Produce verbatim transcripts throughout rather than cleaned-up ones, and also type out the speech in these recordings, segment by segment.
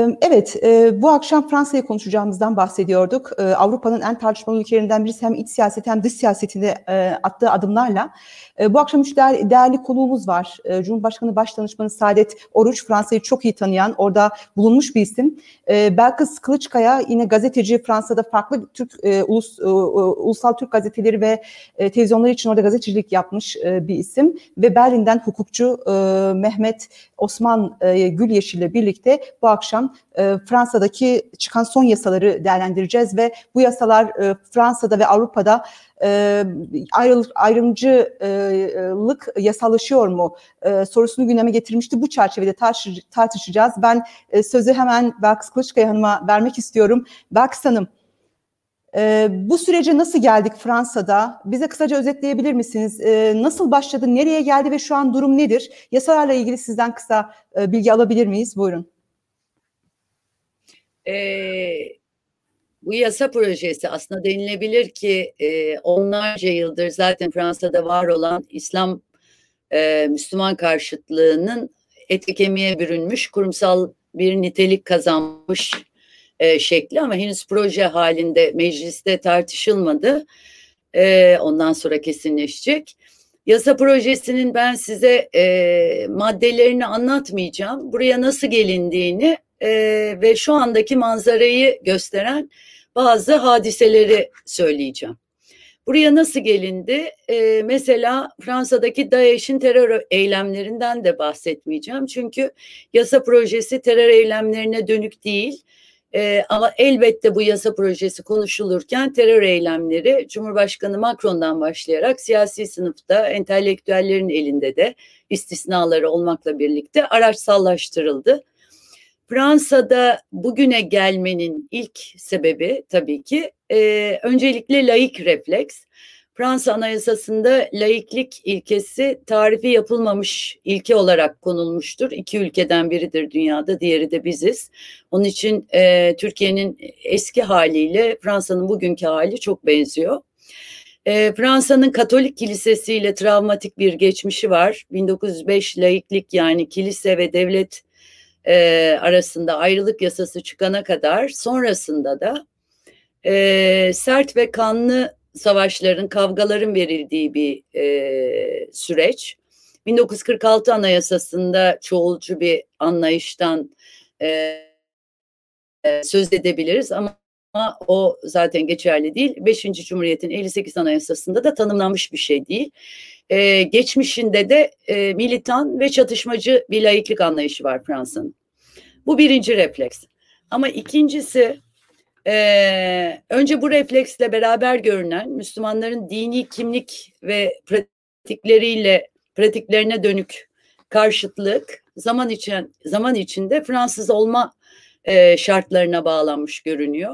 Evet, bu akşam Fransa'yı konuşacağımızdan bahsediyorduk. Avrupa'nın en tartışmalı ülkelerinden birisi, hem iç siyaset hem dış siyasetinde attığı adımlarla. Bu akşam üç değerli, değerli konuğumuz var. Cumhurbaşkanı Başdanışmanı Saadet Oruç, Fransa'yı çok iyi tanıyan, orada bulunmuş bir isim. Belkıs Kılıçkaya, yine gazeteci, Fransa'da farklı Türk ulus, ulusal Türk gazeteleri ve televizyonları için orada gazetecilik yapmış bir isim. Ve Berlin'den hukukçu Mehmet Osman Gülyeşil ile birlikte bu akşam Fransa'daki çıkan son yasaları değerlendireceğiz ve bu yasalar Fransa'da ve Avrupa'da ayrıl, ayrımcılık yasallaşıyor mu sorusunu gündeme getirmişti. Bu çerçevede tartışacağız. Ben sözü hemen Belkıs Kılıçkaya Hanım'a vermek istiyorum. Belkıs Hanım, bu sürece nasıl geldik Fransa'da? Bize kısaca özetleyebilir misiniz? Nasıl başladı, nereye geldi ve şu an durum nedir? Yasalarla ilgili sizden kısa bilgi alabilir miyiz? Buyurun. Ee, bu yasa projesi aslında denilebilir ki e, onlarca yıldır zaten Fransa'da var olan İslam e, Müslüman karşıtlığının ete kemiğe bürünmüş, kurumsal bir nitelik kazanmış e, şekli, ama henüz proje halinde mecliste tartışılmadı. E, ondan sonra kesinleşecek. Yasa projesinin ben size e, maddelerini anlatmayacağım. Buraya nasıl gelindiğini e, ve şu andaki manzarayı gösteren bazı hadiseleri söyleyeceğim. Buraya nasıl gelindi? E, mesela Fransa'daki DAEŞ'in terör eylemlerinden de bahsetmeyeceğim. Çünkü yasa projesi terör eylemlerine dönük değil. Ee, ama elbette bu yasa projesi konuşulurken terör eylemleri Cumhurbaşkanı Macron'dan başlayarak siyasi sınıfta, entelektüellerin elinde de istisnaları olmakla birlikte araçsallaştırıldı. Fransa'da bugüne gelmenin ilk sebebi tabii ki e, öncelikle laik refleks. Fransa Anayasası'nda laiklik ilkesi tarifi yapılmamış ilke olarak konulmuştur. İki ülkeden biridir dünyada, diğeri de biziz. Onun için e, Türkiye'nin eski haliyle Fransa'nın bugünkü hali çok benziyor. E, Fransa'nın Katolik kilisesiyle travmatik bir geçmişi var. bin dokuz yüz beş laiklik, yani kilise ve devlet e, arasında ayrılık yasası çıkana kadar, sonrasında da e, sert ve kanlı savaşların, kavgaların verildiği bir e, süreç. bin dokuz yüz kırk altı Anayasası'nda çoğulcu bir anlayıştan e, e, söz edebiliriz, ama o zaten geçerli değil. beşinci Cumhuriyet'in elli sekiz Anayasası'nda da tanımlanmış bir şey değil. E, geçmişinde de e, militan ve çatışmacı bir laiklik anlayışı var Fransa'nın. Bu birinci refleks. Ama ikincisi, Ee, önce bu refleksle beraber görünen Müslümanların dini kimlik ve pratikleriyle pratiklerine dönük karşıtlık zaman için zaman içinde Fransız olma e, şartlarına bağlanmış görünüyor.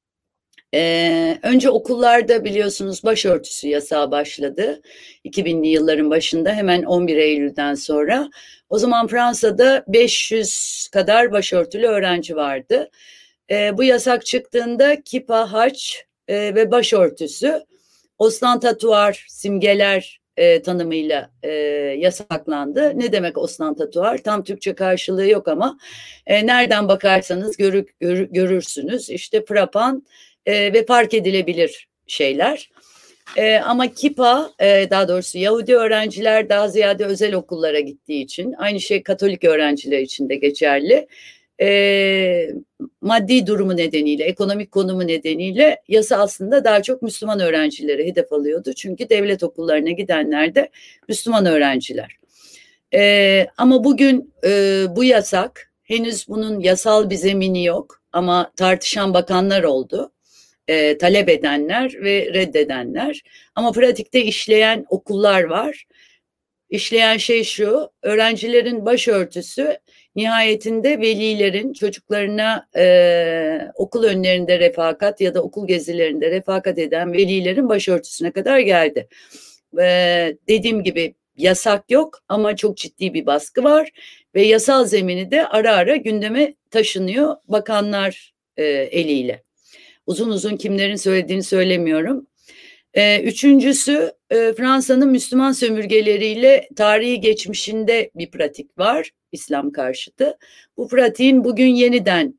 Ee, önce okullarda biliyorsunuz başörtüsü yasağı başladı iki binli yılların başında, hemen on bir Eylül'den sonra. O zaman Fransa'da beş yüz kadar başörtülü öğrenci vardı. E, bu yasak çıktığında kipa, haç e, ve başörtüsü ostantatuar, simgeler e, tanımıyla e, yasaklandı. Ne demek ostantatuar? Tam Türkçe karşılığı yok ama e, nereden bakarsanız görür, görür, görürsünüz. İşte frapan e, ve fark edilebilir şeyler. E, ama kipa, e, daha doğrusu Yahudi öğrenciler daha ziyade özel okullara gittiği için, aynı şey Katolik öğrenciler için de geçerli. E, maddi durumu nedeniyle, ekonomik konumu nedeniyle yasa aslında daha çok Müslüman öğrencileri hedef alıyordu. Çünkü devlet okullarına gidenler de Müslüman öğrenciler. E, ama bugün e, bu yasak, henüz bunun yasal bir zemini yok, ama tartışan bakanlar oldu. E, talep edenler ve reddedenler. Ama pratikte işleyen okullar var. İşleyen şey şu: öğrencilerin başörtüsü nihayetinde velilerin çocuklarına e, okul önlerinde refakat ya da okul gezilerinde refakat eden velilerin başörtüsüne kadar geldi. E, dediğim gibi yasak yok, ama çok ciddi bir baskı var ve yasal zemini de ara ara gündeme taşınıyor bakanlar e, eliyle. Uzun uzun kimlerin söylediğini söylemiyorum. Ee, üçüncüsü, e, Fransa'nın Müslüman sömürgeleriyle tarihi geçmişinde bir pratik var, İslam karşıtı. Bu pratiğin bugün yeniden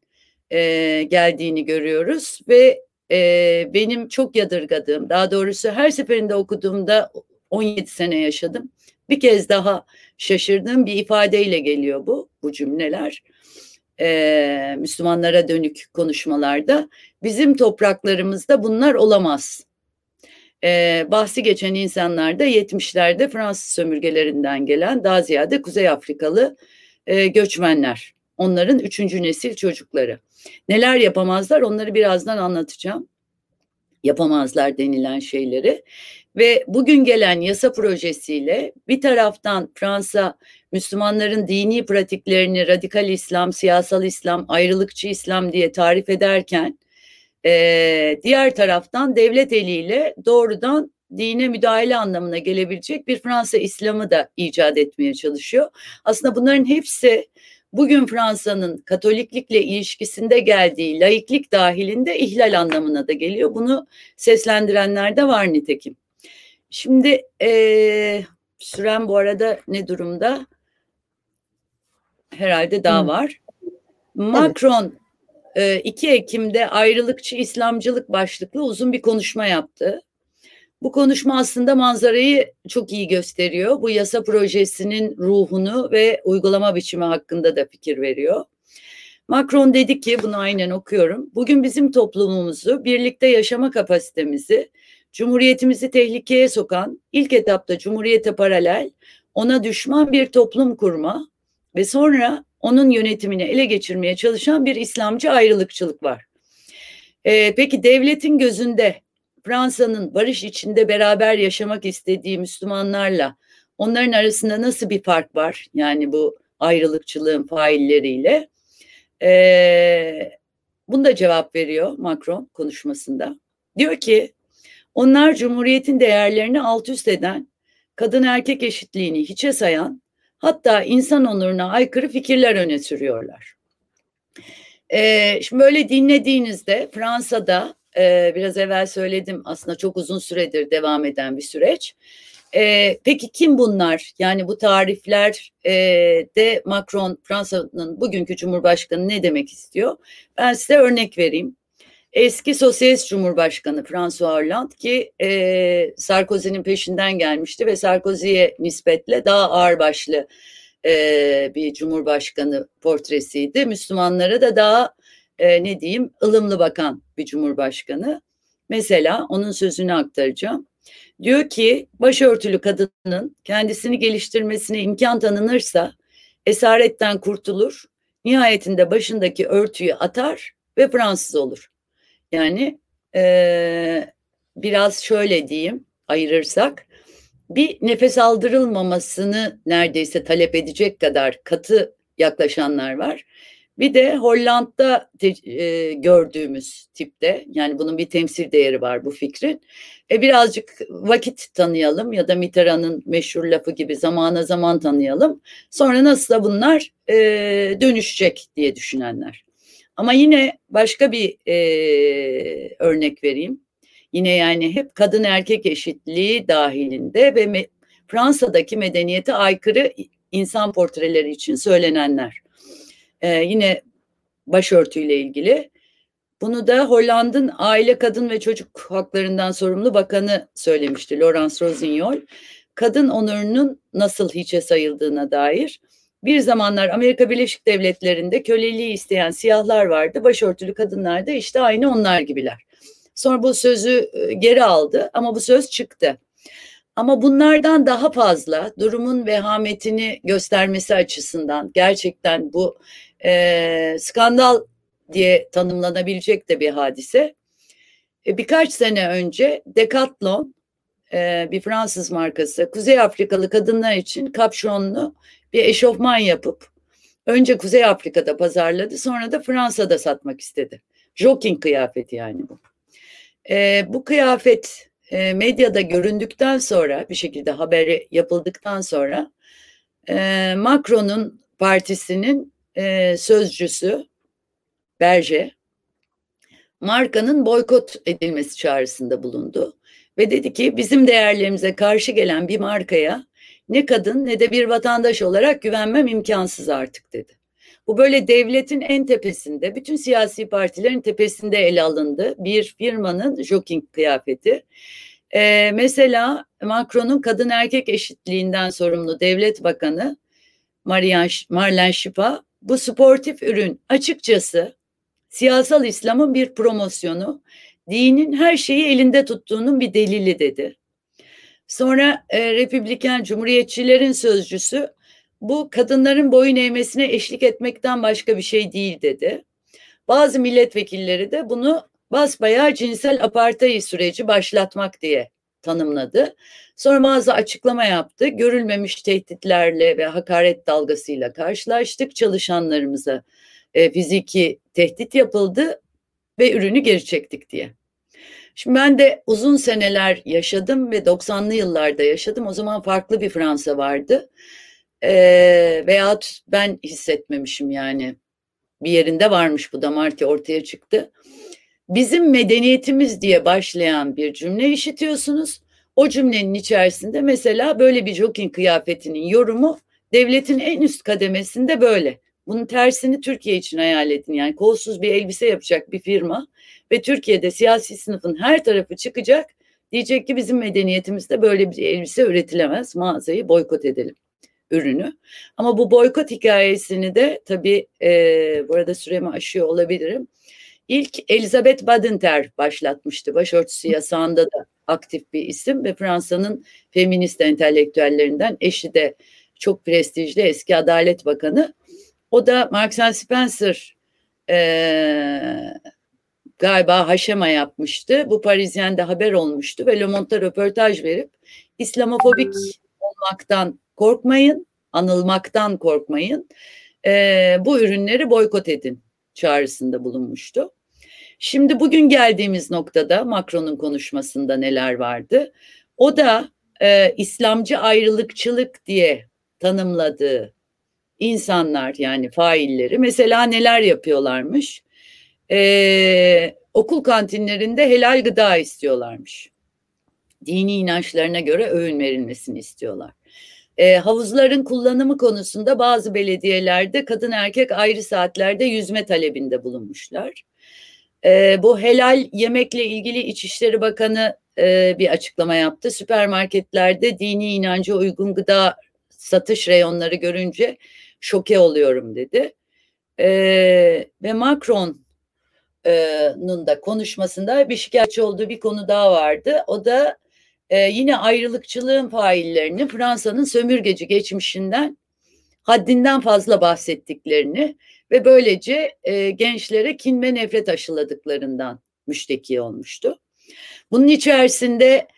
e, geldiğini görüyoruz ve e, benim çok yadırgadığım, daha doğrusu her seferinde okuduğumda on yedi sene yaşadım. Bir kez daha şaşırdığım bir ifadeyle geliyor bu, bu cümleler. Ee, Müslümanlara dönük konuşmalarda bizim topraklarımızda bunlar olamaz. Ee, bahsi geçen insanlar da yetmişlerde Fransız sömürgelerinden gelen daha ziyade Kuzey Afrikalı e, göçmenler. Onların üçüncü nesil çocukları. Neler yapamazlar onları birazdan anlatacağım. Yapamazlar denilen şeyleri. Ve bugün gelen yasa projesiyle bir taraftan Fransa Müslümanların dini pratiklerini radikal İslam, siyasal İslam, ayrılıkçı İslam diye tarif ederken e, diğer taraftan devlet eliyle doğrudan dine müdahale anlamına gelebilecek bir Fransa İslam'ı da icat etmeye çalışıyor. Aslında bunların hepsi bugün Fransa'nın Katoliklikle ilişkisinde geldiği laiklik dahilinde ihlal anlamına da geliyor. Bunu seslendirenler de var nitekim. Şimdi e, süren bu arada ne durumda? Herhalde daha hmm. var. Macron evet. e, iki Ekim'de ayrılıkçı İslamcılık başlıklı uzun bir konuşma yaptı. Bu konuşma aslında manzarayı çok iyi gösteriyor. Bu yasa projesinin ruhunu ve uygulama biçimi hakkında da fikir veriyor. Macron dedi ki, bunu aynen okuyorum. Bugün bizim toplumumuzu, birlikte yaşama kapasitemizi, Cumhuriyetimizi tehlikeye sokan, ilk etapta Cumhuriyete paralel, ona düşman bir toplum kurma ve sonra onun yönetimini ele geçirmeye çalışan bir İslamcı ayrılıkçılık var. Ee, peki devletin gözünde Fransa'nın barış içinde beraber yaşamak istediği Müslümanlarla onların arasında nasıl bir fark var? Yani bu ayrılıkçılığın failleriyle. Ee, bunu da cevap veriyor Macron konuşmasında. Diyor ki, onlar Cumhuriyet'in değerlerini alt üst eden, kadın erkek eşitliğini hiçe sayan, hatta insan onuruna aykırı fikirler öne sürüyorlar. Ee, şimdi böyle dinlediğinizde Fransa'da e, biraz evvel söyledim, aslında çok uzun süredir devam eden bir süreç. Ee, peki kim bunlar? Yani bu tarifler e, de Macron, Fransa'nın bugünkü Cumhurbaşkanı ne demek istiyor? Ben size örnek vereyim. Eski Sosyalist Cumhurbaşkanı François Hollande ki e, Sarkozy'nin peşinden gelmişti ve Sarkozy'ye nispetle daha ağırbaşlı e, bir Cumhurbaşkanı portresiydi. Müslümanlara da daha e, ne diyeyim ılımlı bakan bir Cumhurbaşkanı. Mesela onun sözünü aktaracağım. Diyor ki, başörtülü kadının kendisini geliştirmesine imkan tanınırsa esaretten kurtulur, nihayetinde başındaki örtüyü atar ve Fransız olur. Yani e, biraz şöyle diyeyim, ayırırsak bir nefes aldırılmamasını neredeyse talep edecek kadar katı yaklaşanlar var. Bir de Hollanda'da e, gördüğümüz tipte, yani bunun bir temsil değeri var bu fikrin. E, birazcık vakit tanıyalım ya da Mitterrand'ın meşhur lafı gibi zamana zaman tanıyalım. Sonra nasıl da bunlar e, dönüşecek diye düşünenler. Ama yine başka bir e, örnek vereyim. Yine yani hep kadın erkek eşitliği dahilinde ve me- Fransa'daki medeniyete aykırı insan portreleri için söylenenler. Ee, yine başörtüyle ilgili. Bunu da Hollanda'nın Aile, Kadın ve Çocuk Haklarından sorumlu bakanı söylemişti, Laurence Rossignol. Kadın onurunun nasıl hiçe sayıldığına dair. Bir zamanlar Amerika Birleşik Devletleri'nde köleliği isteyen siyahlar vardı. Başörtülü kadınlar da işte aynı onlar gibiler. Sonra bu sözü geri aldı ama bu söz çıktı. Ama bunlardan daha fazla durumun vehametini göstermesi açısından gerçekten bu e, skandal diye tanımlanabilecek de bir hadise. E, birkaç sene önce Decathlon, e, bir Fransız markası, Kuzey Afrikalı kadınlar için kapşonlu bir eşofman yapıp önce Kuzey Afrika'da pazarladı, sonra da Fransa'da satmak istedi. Jogging kıyafeti yani bu. E, bu kıyafet e, medyada göründükten sonra, bir şekilde haberi yapıldıktan sonra e, Macron'un partisinin e, sözcüsü Berger, markanın boykot edilmesi çağrısında bulundu. Ve dedi ki, bizim değerlerimize karşı gelen bir markaya ne kadın ne de bir vatandaş olarak güvenmem imkansız artık dedi. Bu böyle devletin en tepesinde, bütün siyasi partilerin tepesinde ele alındı. Bir firmanın jogging kıyafeti. Ee, mesela Macron'un kadın erkek eşitliğinden sorumlu devlet bakanı Marlene Schiappa, bu sportif ürün açıkçası siyasal İslam'ın bir promosyonu, dinin her şeyi elinde tuttuğunun bir delili dedi. Sonra e, Republikan Cumhuriyetçilerin sözcüsü, bu kadınların boyun eğmesine eşlik etmekten başka bir şey değil dedi. Bazı milletvekilleri de bunu basbayağı cinsel apartheid süreci başlatmak diye tanımladı. Sonra bazı açıklama yaptı. Görülmemiş tehditlerle ve hakaret dalgasıyla karşılaştık. Çalışanlarımıza e, fiziki tehdit yapıldı ve ürünü geri çektik diye. Şimdi ben de uzun seneler yaşadım ve doksanlı yıllarda yaşadım. O zaman farklı bir Fransa vardı. Ee, veyahut ben hissetmemişim yani. Bir yerinde varmış bu damar ki ortaya çıktı. Bizim medeniyetimiz diye başlayan bir cümle işitiyorsunuz. O cümlenin içerisinde mesela böyle bir jogging kıyafetinin yorumu devletin en üst kademesinde böyle. Bunun tersini Türkiye için hayal edin. Yani kolsuz bir elbise yapacak bir firma ve Türkiye'de siyasi sınıfın her tarafı çıkacak. Diyecek ki bizim medeniyetimizde böyle bir elbise üretilemez. Mağazayı boykot edelim, ürünü. Ama bu boykot hikayesini de tabii e, bu arada süremi aşıyor olabilirim. İlk Elizabeth Badinter başlatmıştı. Başörtüsü yasağında da aktif bir isim ve Fransa'nın feminist entelektüellerinden, eşi de çok prestijli eski Adalet Bakanı. O da Marks and Spencer e, galiba haşema yapmıştı. Bu Parisyen'de haber olmuştu ve Le Monde'da röportaj verip İslamofobik olmaktan korkmayın, anılmaktan korkmayın, e, bu ürünleri boykot edin çağrısında bulunmuştu. Şimdi bugün geldiğimiz noktada Macron'un konuşmasında neler vardı? O da e, İslamcı ayrılıkçılık diye tanımladığı insanlar, yani failleri mesela neler yapıyorlarmış? Ee, okul kantinlerinde helal gıda istiyorlarmış. Dini inançlarına göre öğün verilmesini istiyorlar. Ee, havuzların kullanımı konusunda bazı belediyelerde kadın erkek ayrı saatlerde yüzme talebinde bulunmuşlar. Ee, bu helal yemekle ilgili İçişleri Bakanı e, bir açıklama yaptı. Süpermarketlerde dini inanca uygun gıda satış reyonları görünce şoke oluyorum dedi. Ee, ve Macron'un da konuşmasında bir şikayetçi olduğu bir konu daha vardı. O da e, yine ayrılıkçılığın faillerini Fransa'nın sömürgeci geçmişinden haddinden fazla bahsettiklerini ve böylece e, gençlere kin ve nefret aşıladıklarından müşteki olmuştu. Bunun içerisinde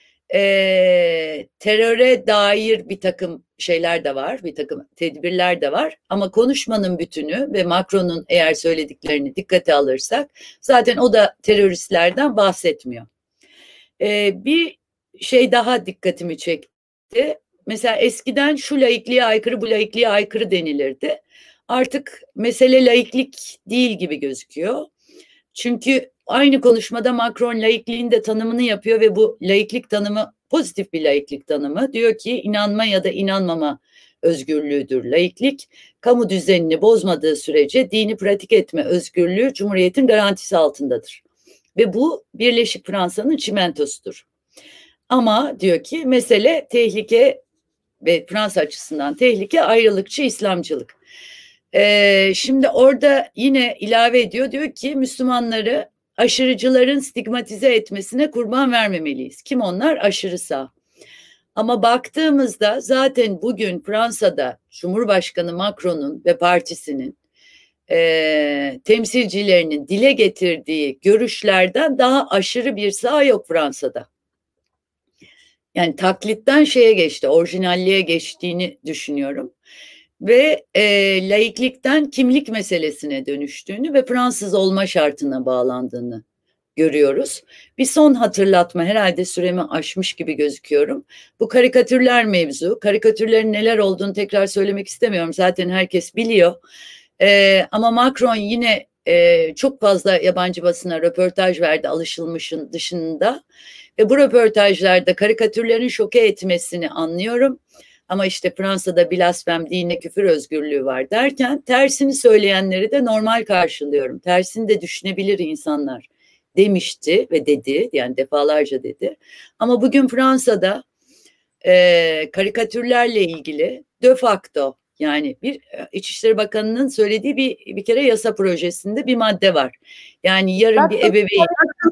e, teröre dair bir takım şeyler de var, bir takım tedbirler de var. Ama konuşmanın bütünü ve Macron'un eğer söylediklerini dikkate alırsak zaten o da teröristlerden bahsetmiyor. E, bir şey daha dikkatimi çekti. Mesela eskiden şu laikliğe aykırı, bu laikliğe aykırı denilirdi. Artık mesele laiklik değil gibi gözüküyor. Çünkü aynı konuşmada Macron laikliğin de tanımını yapıyor ve bu laiklik tanımı pozitif bir laiklik tanımı. Diyor ki inanma ya da inanmama özgürlüğüdür laiklik. Kamu düzenini bozmadığı sürece dini pratik etme özgürlüğü Cumhuriyet'in garantisi altındadır. Ve bu Birleşik Fransa'nın çimentosudur. Ama diyor ki mesele tehlike ve Fransa açısından tehlike ayrılıkçı İslamcılık. Ee, şimdi orada yine ilave ediyor, diyor ki Müslümanları aşırıcıların stigmatize etmesine kurban vermemeliyiz. Kim onlar? Aşırı sağ. Ama baktığımızda zaten bugün Fransa'da Cumhurbaşkanı Macron'un ve partisinin e, temsilcilerinin dile getirdiği görüşlerden daha aşırı bir sağ yok Fransa'da. Yani taklitten şeye geçti, orijinalliğe geçtiğini düşünüyorum. Ve e, laiklikten kimlik meselesine dönüştüğünü ve Fransız olma şartına bağlandığını görüyoruz. Bir son hatırlatma, herhalde süremi aşmış gibi gözüküyorum. Bu karikatürler mevzu, karikatürlerin neler olduğunu tekrar söylemek istemiyorum. Zaten herkes biliyor. E, ama Macron yine e, çok fazla yabancı basına röportaj verdi alışılmışın dışında. Ve bu röportajlarda karikatürlerin şoke etmesini anlıyorum. Ama işte Fransa'da blasfem, dine küfür özgürlüğü var derken tersini söyleyenleri de normal karşılıyorum. Tersini de düşünebilir insanlar demişti ve dedi, yani defalarca dedi. Ama bugün Fransa'da e, karikatürlerle ilgili de facto, yani bir İçişleri Bakanı'nın söylediği bir bir kere yasa projesinde bir madde var. Yani yarın bir ebeveyn...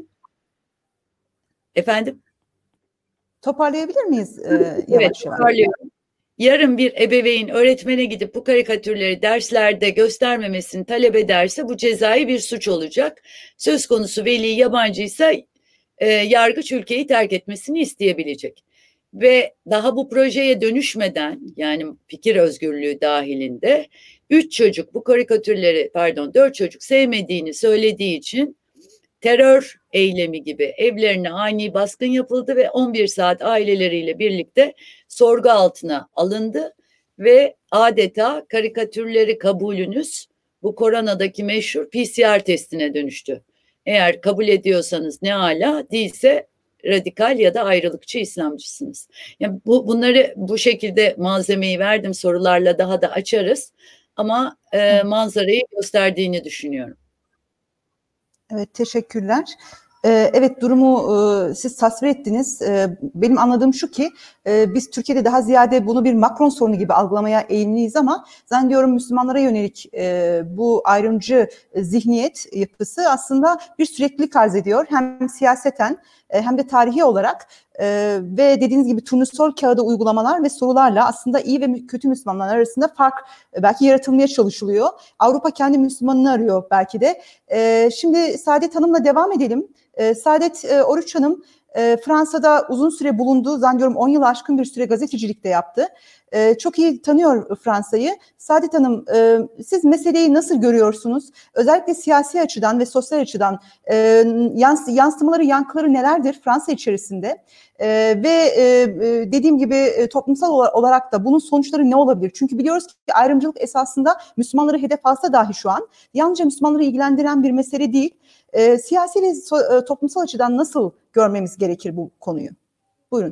Efendim? Toparlayabilir miyiz e, Evet, yavaş yavaş? toparlıyorum. Yarın bir ebeveyn öğretmene gidip bu karikatürleri derslerde göstermemesini talep ederse bu cezai bir suç olacak. Söz konusu veli yabancıysa e, yargıç ülkeyi terk etmesini isteyebilecek. Ve daha bu projeye dönüşmeden, yani fikir özgürlüğü dahilinde üç çocuk bu karikatürleri, pardon dört çocuk sevmediğini söylediği için terör eylemi gibi evlerine ani baskın yapıldı ve on bir saat aileleriyle birlikte sorgu altına alındı ve adeta karikatürleri kabulünüz bu koronadaki meşhur P C R testine dönüştü. Eğer kabul ediyorsanız ne ala, değilse radikal ya da ayrılıkçı İslamcısınız. Yani bu, bunları bu şekilde malzemeyi verdim, sorularla daha da açarız ama e, manzarayı gösterdiğini düşünüyorum. Evet, teşekkürler. Ee, evet, durumu e, siz tasvir ettiniz. E, benim anladığım şu ki e, biz Türkiye'de daha ziyade bunu bir Macron sorunu gibi algılamaya eğimliyiz ama zannediyorum Müslümanlara yönelik e, bu ayrımcı zihniyet yapısı aslında bir süreklilik arz ediyor. Hem siyaseten e, hem de tarihi olarak e, ve dediğiniz gibi turnusol kağıdı uygulamalar ve sorularla aslında iyi ve kötü Müslümanlar arasında fark e, belki yaratılmaya çalışılıyor. Avrupa kendi Müslümanını arıyor belki de. E, şimdi Saadet Hanım'la devam edelim. E, Saadet e, Oruç Hanım e, Fransa'da uzun süre bulundu. Zannediyorum on yıl aşkın bir süre gazetecilik de yaptı. E, çok iyi tanıyor Fransa'yı. Saadet Hanım, e, siz meseleyi nasıl görüyorsunuz? Özellikle siyasi açıdan ve sosyal açıdan e, yans yansımaları, yankıları nelerdir Fransa içerisinde? E, ve e, dediğim gibi e, toplumsal olarak da bunun sonuçları ne olabilir? Çünkü biliyoruz ki ayrımcılık esasında Müslümanları hedef alsa dahi şu an yalnızca Müslümanları ilgilendiren bir mesele değil. E, siyasi ve so e, toplumsal açıdan nasıl görmemiz gerekir bu konuyu? Buyurun.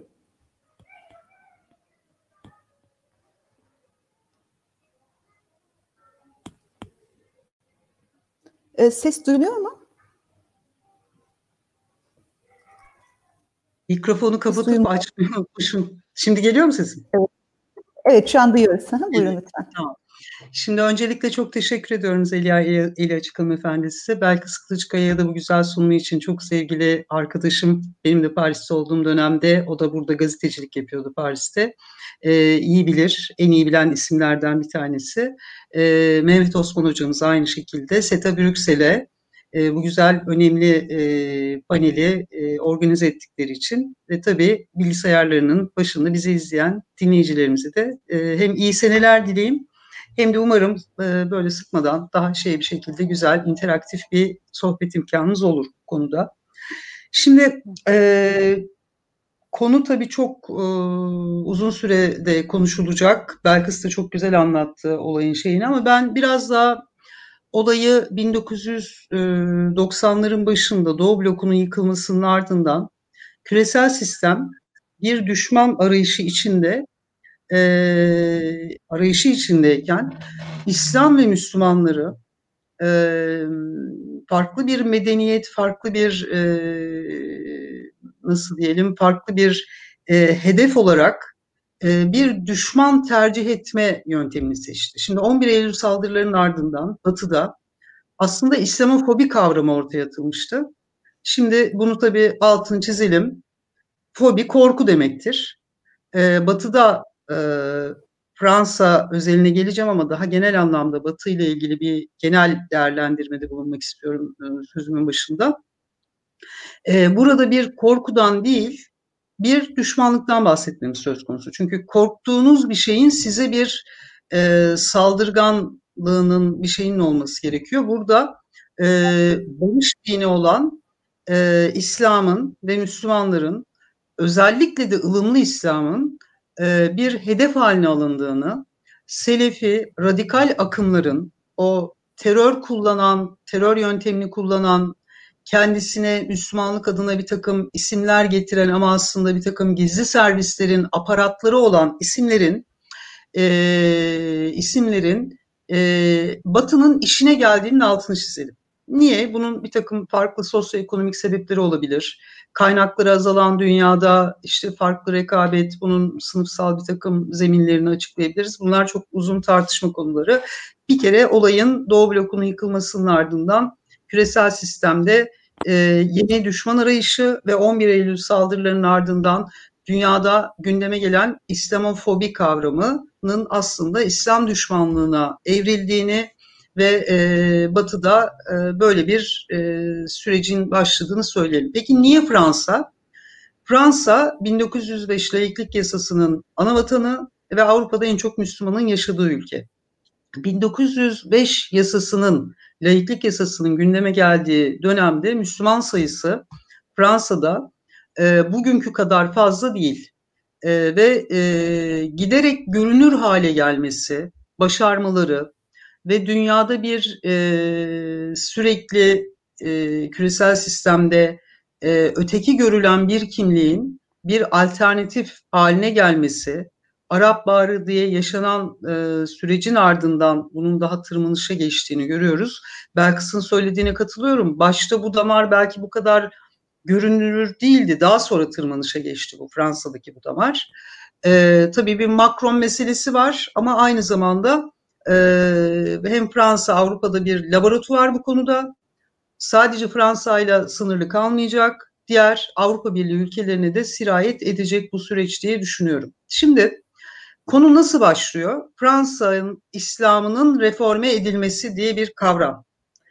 E, ses duyuluyor mu? Mikrofonu kapatıp açmayı unutmuşum. Şimdi geliyor mu sesim? Evet, evet şu an duyuyoruz. Buyurun evet, lütfen. Tamam. Şimdi öncelikle çok teşekkür ediyorum Zeliha Eli Açık Hanımefendi size. Belkıs Kılıçkaya'ya da bu güzel sunumu için, çok sevgili arkadaşım, benim de Paris'te olduğum dönemde, o da burada gazetecilik yapıyordu Paris'te. Ee, iyi bilir, en iyi bilen isimlerden bir tanesi. Ee, Mehmet Osman hocamız aynı şekilde. SETA Brüksel'e e, bu güzel, önemli e, paneli e, organize ettikleri için ve tabii bilgisayarlarının başında bizi izleyen dinleyicilerimize de e, hem iyi seneler dileyim, hem de umarım e, böyle sıkmadan daha şey bir şekilde güzel, interaktif bir sohbet imkanımız olur bu konuda. Şimdi e, konu tabii çok e, uzun sürede konuşulacak. Belkıs da çok güzel anlattı olayın şeyini ama ben biraz daha olayı bin dokuz yüz doksanların başında Doğu blokunun yıkılmasının ardından küresel sistem bir düşman arayışı içinde e, arayışı içindeyken İslam ve Müslümanları e, farklı bir medeniyet, farklı bir e, nasıl diyelim, farklı bir e, hedef olarak e, bir düşman tercih etme yöntemini seçti. Şimdi on bir Eylül saldırılarının ardından Batı'da aslında İslamofobi kavramı ortaya atılmıştı. Şimdi bunu tabii altını çizelim. Fobi korku demektir. Ee, Batı'da e, Fransa özeline geleceğim ama daha genel anlamda Batı ile ilgili bir genel değerlendirmede bulunmak istiyorum e, sözümün başında. E, burada bir korkudan değil, bir düşmanlıktan bahsetmemiz söz konusu. Çünkü korktuğunuz bir şeyin size bir e, saldırganlığının, bir şeyin olması gerekiyor. Burada e, barış dini olan e, İslam'ın ve Müslümanların, özellikle de ılımlı İslam'ın e, bir hedef haline alındığını, Selefi, radikal akımların, o terör kullanan, terör yöntemini kullanan, kendisine Müslümanlık adına bir takım isimler getiren ama aslında bir takım gizli servislerin aparatları olan isimlerin e, isimlerin e, Batı'nın işine geldiğinin altını çizelim. Niye? Bunun bir takım farklı sosyoekonomik sebepleri olabilir. Kaynakları azalan dünyada işte farklı rekabet, bunun sınıfsal bir takım zeminlerini açıklayabiliriz. Bunlar çok uzun tartışma konuları. Bir kere olayın Doğu blokunun yıkılmasının ardından küresel sistemde e, yeni düşman arayışı ve on bir Eylül saldırılarının ardından dünyada gündeme gelen İslamofobi kavramının aslında İslam düşmanlığına evrildiğini ve e, Batı'da e, böyle bir e, sürecin başladığını söyleyelim. Peki niye Fransa? Fransa bin dokuz yüz beş laiklik yasasının ana vatanı ve Avrupa'da en çok Müslümanın yaşadığı ülke. bin dokuz yüz beş yasasının, laiklik yasasının gündeme geldiği dönemde Müslüman sayısı Fransa'da e, bugünkü kadar fazla değil. E, ve e, giderek görünür hale gelmesi, başarmaları ve dünyada bir e, sürekli e, küresel sistemde e, öteki görülen bir kimliğin bir alternatif haline gelmesi, Arap Baharı diye yaşanan e, sürecin ardından bunun daha tırmanışa geçtiğini görüyoruz. Belkıs'ın söylediğine katılıyorum. Başta bu damar belki bu kadar görünür değildi. Daha sonra tırmanışa geçti bu Fransa'daki bu damar. E, tabii bir Macron meselesi var ama aynı zamanda e, hem Fransa Avrupa'da bir laboratuvar bu konuda. Sadece Fransa ile sınırlı kalmayacak. Diğer Avrupa Birliği ülkelerine de sirayet edecek bu süreç diye düşünüyorum. Şimdi konu nasıl başlıyor? Fransa'nın İslam'ının reforme edilmesi diye bir kavram.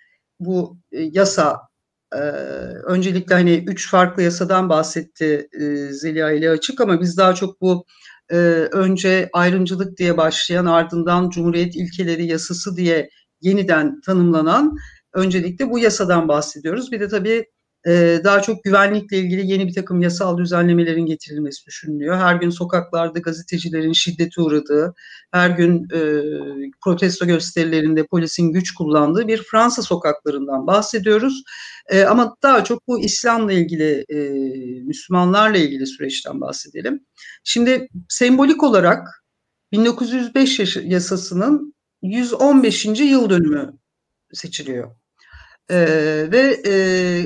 Bu e, yasa, e, öncelikle hani üç farklı yasadan bahsetti e, Zeliha ile Açık ama biz daha çok bu e, önce ayrımcılık diye başlayan ardından Cumhuriyet İlkeleri Yasası diye yeniden tanımlanan öncelikle bu yasadan bahsediyoruz. Bir de tabii e, daha çok güvenlikle ilgili yeni bir takım yasal düzenlemelerin getirilmesi düşünülüyor. Her gün sokaklarda gazetecilerin şiddete uğradığı, her gün e, protesto gösterilerinde polisin güç kullandığı bir Fransa sokaklarından bahsediyoruz. E, ama daha çok bu İslam'la ilgili, e, Müslümanlarla ilgili süreçten bahsedelim. Şimdi sembolik olarak bin dokuz yüz beş yasasının yüz on beşinci yıl dönümü seçiliyor. E, ve e,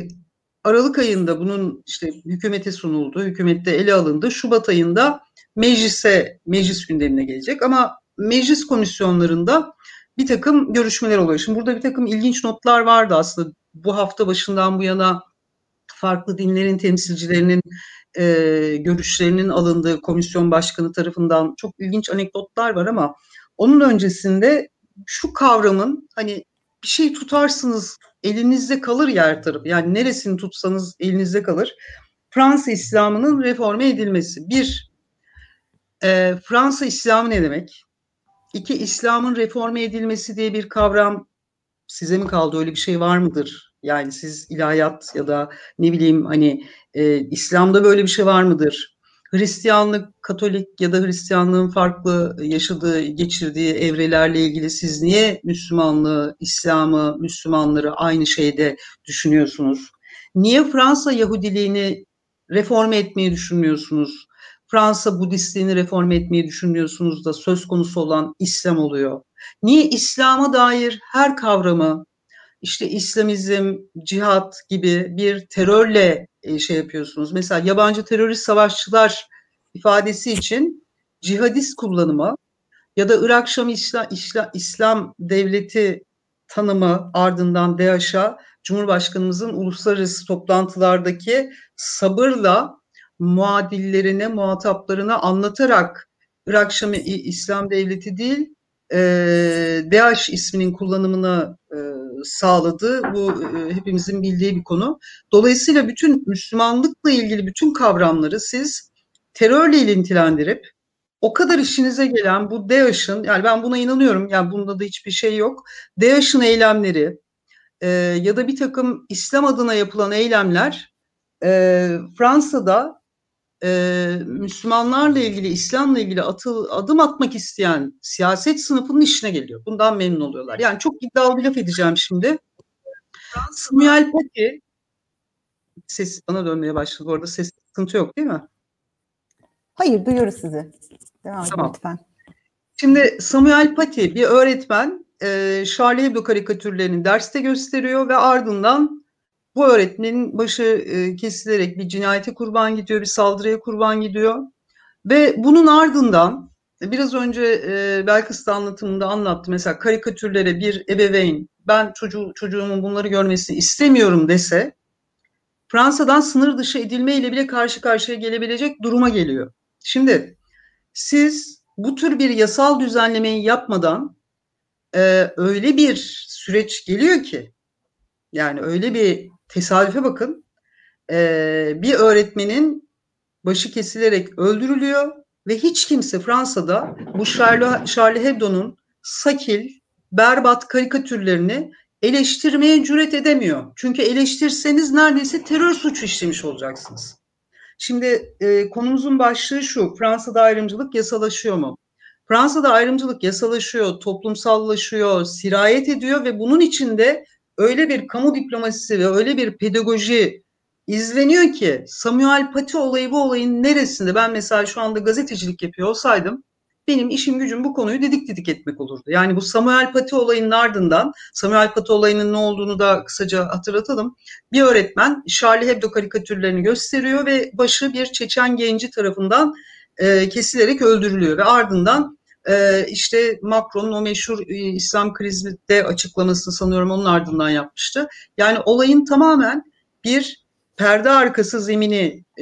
Aralık ayında bunun işte hükümete sunuldu, hükümette ele alındı. Şubat ayında meclise, meclis gündemine gelecek ama meclis komisyonlarında bir takım görüşmeler oluyor. Şimdi burada bir takım ilginç notlar vardı aslında. Bu hafta başından bu yana farklı dinlerin temsilcilerinin e, görüşlerinin alındığı komisyon başkanı tarafından çok ilginç anekdotlar var ama onun öncesinde şu kavramın hani bir şey tutarsınız elinizde kalır yer tarafı, yani neresini tutsanız elinizde kalır. Fransa İslam'ının reforme edilmesi. Bir, e, Fransa İslamı ne demek? İki, İslam'ın reforme edilmesi diye bir kavram size mi kaldı, öyle bir şey var mıdır? Yani siz ilahiyat ya da ne bileyim hani e, İslam'da böyle bir şey var mıdır? Hristiyanlık, Katolik ya da Hristiyanlığın farklı yaşadığı, geçirdiği evrelerle ilgili siz niye Müslümanlığı, İslam'ı, Müslümanları aynı şeyde düşünüyorsunuz? Niye Fransa Yahudiliğini reforme etmeyi düşünmüyorsunuz? Fransa Budistliğini reforme etmeyi düşünüyorsunuz da söz konusu olan İslam oluyor. Niye İslam'a dair her kavramı işte İslamizm, cihat gibi bir terörle şey yapıyorsunuz? Mesela yabancı terörist savaşçılar ifadesi için cihadist kullanımı ya da Irak Şam İslam, İslam, İslam Devleti tanımı ardından DAEŞ'a Cumhurbaşkanımızın uluslararası toplantılardaki sabırla muadillerine, muhataplarına anlatarak Irak Şam İslam Devleti değil, e, DAEŞ isminin kullanımını e, sağladığı, bu e, hepimizin bildiği bir konu. Dolayısıyla bütün Müslümanlıkla ilgili bütün kavramları siz terörle ilintilendirip o kadar işinize gelen bu DAEŞ'ın, yani ben buna inanıyorum, yani bunda da hiçbir şey yok, DAEŞ'ın eylemleri e, ya da bir takım İslam adına yapılan eylemler e, Fransa'da e, Müslümanlarla ilgili, İslam'la ilgili atıl, adım atmak isteyen siyaset sınıfının işine geliyor. Bundan memnun oluyorlar. Yani çok iddialı bir laf edeceğim şimdi. Samuel Paty, ses bana dönmeye başladı bu arada, ses sıkıntı yok değil mi? Hayır, duyuyoruz sizi. Devam edin tamam. lütfen. Şimdi Samuel Paty bir öğretmen e, Charlie Hebdo karikatürlerini derste gösteriyor ve ardından bu öğretmenin başı e, kesilerek bir cinayete kurban gidiyor, bir saldırıya kurban gidiyor. Ve bunun ardından biraz önce e, Belkıs'ta anlatımında anlattı. Mesela karikatürlere bir ebeveyn ben çocuğu, çocuğumun bunları görmesini istemiyorum dese Fransa'dan sınır dışı edilmeyle bile karşı karşıya gelebilecek duruma geliyor. Şimdi siz bu tür bir yasal düzenlemeyi yapmadan e, öyle bir süreç geliyor ki yani öyle bir tesadüfe bakın e, bir öğretmenin başı kesilerek öldürülüyor ve hiç kimse Fransa'da bu Charlie, Charlie Hebdo'nun sakil, berbat karikatürlerini eleştirmeye cüret edemiyor. Çünkü eleştirseniz neredeyse terör suçu işlemiş olacaksınız. Şimdi e, konumuzun başlığı şu, Fransa'da ayrımcılık yasalaşıyor mu? Fransa'da ayrımcılık yasalaşıyor, toplumsallaşıyor, sirayet ediyor ve bunun içinde öyle bir kamu diplomasisi ve öyle bir pedagoji izleniyor ki Samuel Paty olayı bu olayın neresinde? Ben mesela şu anda gazetecilik yapıyor olsaydım benim işim gücüm bu konuyu didik didik etmek olurdu. Yani bu Samuel Paty olayının ardından, Samuel Paty olayının ne olduğunu da kısaca hatırlatalım. Bir öğretmen Charlie Hebdo karikatürlerini gösteriyor ve başı bir Çeçen genci tarafından e, kesilerek öldürülüyor ve ardından e, işte Macron'un o meşhur e, İslam krizinde açıklamasını sanıyorum onun ardından yapmıştı. Yani olayın tamamen bir perde arkası zemini e,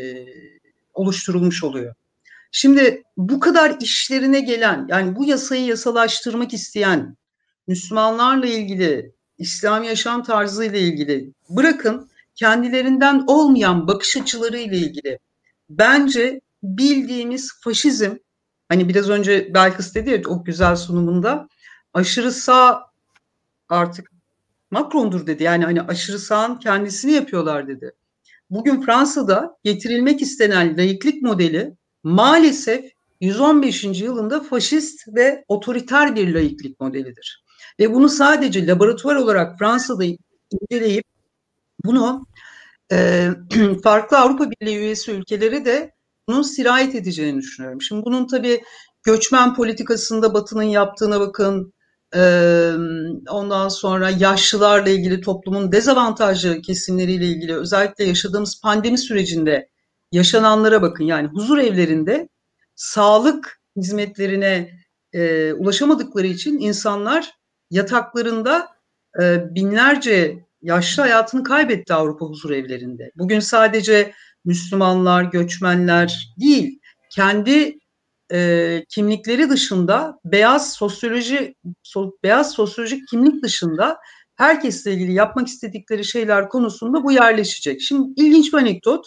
oluşturulmuş oluyor. Şimdi bu kadar işlerine gelen, yani bu yasayı yasalaştırmak isteyen Müslümanlarla ilgili, İslam yaşam tarzı ile ilgili, bırakın kendilerinden olmayan bakış açıları ile ilgili, bence bildiğimiz faşizm, hani biraz önce Belkıs dedi ya o güzel sunumunda, aşırı sağ artık Macron'dur dedi. Yani hani aşırı sağın kendisini yapıyorlar dedi. Bugün Fransa'da getirilmek istenen laiklik modeli maalesef yüz on beşinci yılında faşist ve otoriter bir laiklik modelidir. Ve bunu sadece laboratuvar olarak Fransa'da inceleyip bunu e, farklı Avrupa Birliği üyesi ülkeleri de bunun sirayet edeceğini düşünüyorum. Şimdi bunun tabii göçmen politikasında Batı'nın yaptığına bakın, Ee, ondan sonra yaşlılarla ilgili toplumun dezavantajlı kesimleriyle ilgili özellikle yaşadığımız pandemi sürecinde yaşananlara bakın. Yani huzur evlerinde sağlık hizmetlerine e, ulaşamadıkları için insanlar yataklarında e, binlerce yaşlı hayatını kaybetti Avrupa huzur evlerinde. Bugün sadece Müslümanlar, göçmenler değil, kendi e, kimlikleri dışında beyaz sosyoloji so, beyaz sosyolojik kimlik dışında herkesle ilgili yapmak istedikleri şeyler konusunda bu yerleşecek. Şimdi ilginç bir anekdot.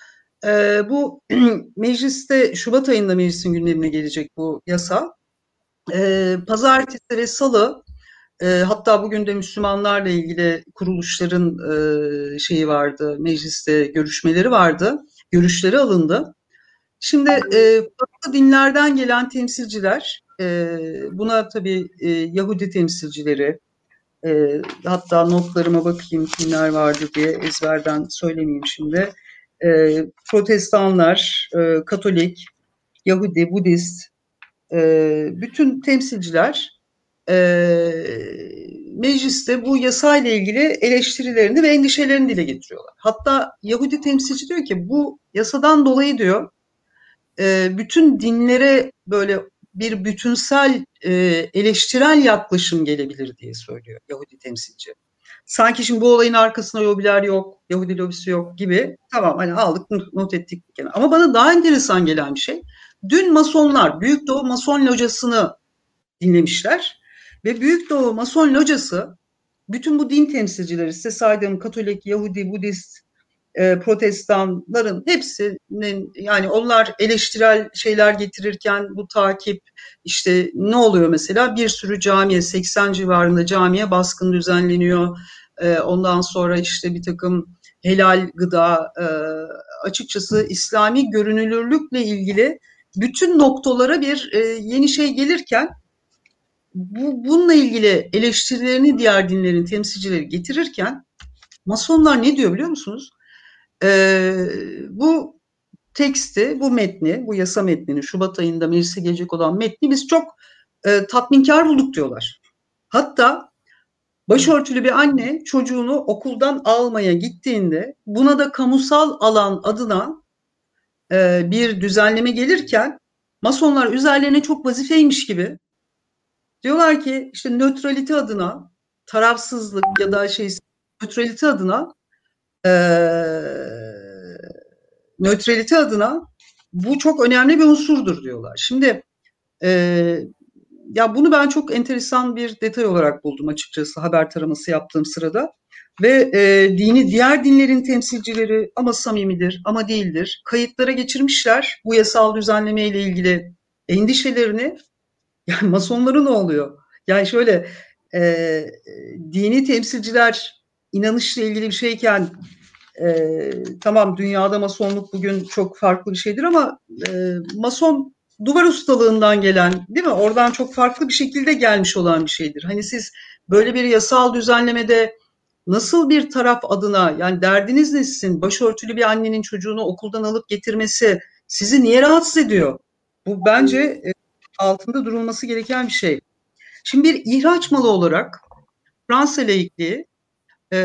E, bu mecliste Şubat ayında meclisin gündemine gelecek bu yasa. E, Pazartesi ve Salı e, hatta bugün de Müslümanlarla ilgili kuruluşların e, şeyi vardı, mecliste görüşmeleri vardı, görüşleri alındı. Şimdi e, farklı dinlerden gelen temsilciler, e, buna tabii e, Yahudi temsilcileri, e, hatta notlarıma bakayım kimler vardı diye ezberden söylemeyeyim şimdi. E, Protestanlar, e, Katolik, Yahudi, Budist, e, bütün temsilciler e, mecliste bu yasayla ilgili eleştirilerini ve endişelerini dile getiriyorlar. Hatta Yahudi temsilci diyor ki bu yasadan dolayı diyor, bütün dinlere böyle bir bütünsel eleştirel yaklaşım gelebilir diye söylüyor Yahudi temsilci. Sanki şimdi bu olayın arkasında Yahudiler yok, Yahudi lobisi yok gibi. Tamam hani aldık not ettik. Ama bana daha enteresan gelen bir şey. Dün Masonlar, Büyük Doğu Mason Locası'nı dinlemişler. Ve Büyük Doğu Mason Locası bütün bu din temsilcileri, size saydığım Katolik, Yahudi, Budist, E, protestanların hepsinin, yani onlar eleştirel şeyler getirirken bu takip, işte ne oluyor mesela, bir sürü camiye, seksen civarında camiye baskın düzenleniyor. E, ondan sonra işte bir takım helal gıda, e, açıkçası İslami görünürlükle ilgili bütün noktalara bir e, yeni şey gelirken bu, bununla ilgili eleştirilerini diğer dinlerin temsilcileri getirirken Masonlar ne diyor biliyor musunuz? Ee, bu teksti, bu metni, bu yasa metnini, Şubat ayında meclise gelecek olan metni biz çok e, tatminkar bulduk diyorlar. Hatta başörtülü bir anne çocuğunu okuldan almaya gittiğinde buna da kamusal alan adına e, bir düzenleme gelirken Masonlar üzerlerine çok vazifeymiş gibi diyorlar ki işte nötralite adına, tarafsızlık ya da şey nötralite adına e, nötralite adına bu çok önemli bir unsurdur diyorlar. Şimdi e, ya bunu ben çok enteresan bir detay olarak buldum açıkçası haber taraması yaptığım sırada. Ve e, dini diğer dinlerin temsilcileri ama samimidir ama değildir. Kayıtlara geçirmişler bu yasal düzenleme ile ilgili endişelerini. Yani Masonlara ne oluyor? Yani şöyle e, dini temsilciler inanışla ilgili bir şeyken e, tamam dünyada Masonluk bugün çok farklı bir şeydir ama e, Mason duvar ustalığından gelen, değil mi? Oradan çok farklı bir şekilde gelmiş olan bir şeydir. Hani siz böyle bir yasal düzenlemede nasıl bir taraf adına, yani derdiniz ne sizin? Başörtülü bir annenin çocuğunu okuldan alıp getirmesi sizi niye rahatsız ediyor? Bu bence e, altında durulması gereken bir şey. Şimdi bir ihraç malı olarak Fransa laikliği e,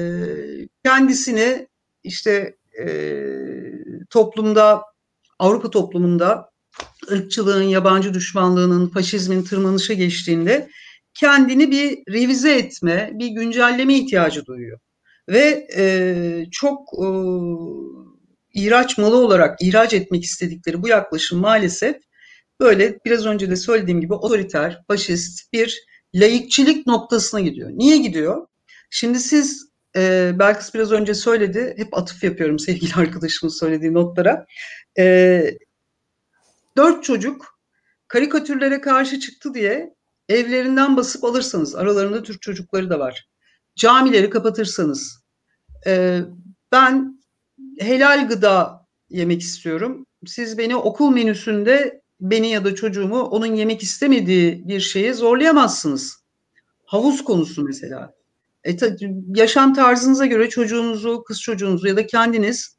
kendisini işte e, toplumda, Avrupa toplumunda ırkçılığın, yabancı düşmanlığının, faşizmin tırmanışa geçtiğinde kendini bir revize etme, bir güncelleme ihtiyacı duyuyor. Ve e, çok e, ihraç malı olarak ihraç etmek istedikleri bu yaklaşım maalesef böyle biraz önce de söylediğim gibi otoriter, faşist bir laikçilik noktasına gidiyor. Niye gidiyor? Şimdi siz e, Belkıs biraz önce söyledi, hep atıf yapıyorum sevgili arkadaşımın söylediği notlara. E, dört çocuk karikatürlere karşı çıktı diye evlerinden basıp alırsanız, aralarında Türk çocukları da var. Camileri kapatırsanız, e, ben helal gıda yemek istiyorum. Siz beni okul menüsünde beni ya da çocuğumu onun yemek istemediği bir şeye zorlayamazsınız. Havuz konusu mesela. E, ta, yaşam tarzınıza göre çocuğunuzu, kız çocuğunuzu ya da kendiniz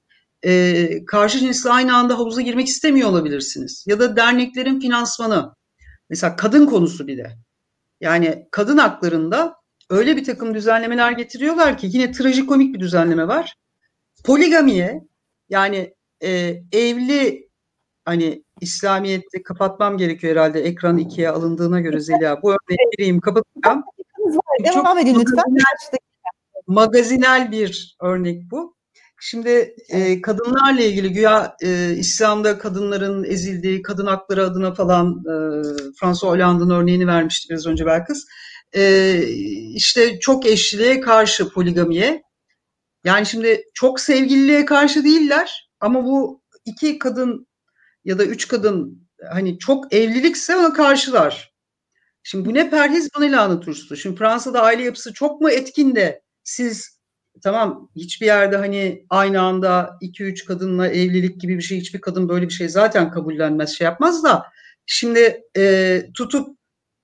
e, karşı cinsle aynı anda havuza girmek istemiyor olabilirsiniz. Ya da derneklerin finansmanı. Mesela kadın konusu bir de. Yani kadın haklarında öyle bir takım düzenlemeler getiriyorlar ki yine trajikomik bir düzenleme var. Poligamiye, yani e, evli, hani İslamiyet'te kapatmam gerekiyor herhalde ekran ikiye alındığına göre Zeliha. Bu örneği vereyim, kapatacağım. Devam Çok edin lütfen. magazinel, magazinel bir örnek bu. Şimdi e, kadınlarla ilgili güya e, İslam'da kadınların ezildiği, kadın hakları adına falan e, François Hollande'ın örneğini vermişti biraz önce Belkıs. E, işte çok eşliliğe karşı, poligamiye. Yani şimdi çok sevgililiğe karşı değiller ama bu iki kadın ya da üç kadın hani çok evlilikse ona karşılar. Şimdi bu ne perhiz, bu ne lahana turşusu. Şimdi Fransa'da aile yapısı çok mu etkin de siz tamam hiçbir yerde hani aynı anda iki üç kadınla evlilik gibi bir şey, hiçbir kadın böyle bir şey zaten kabullenmez, şey yapmaz da şimdi e, tutup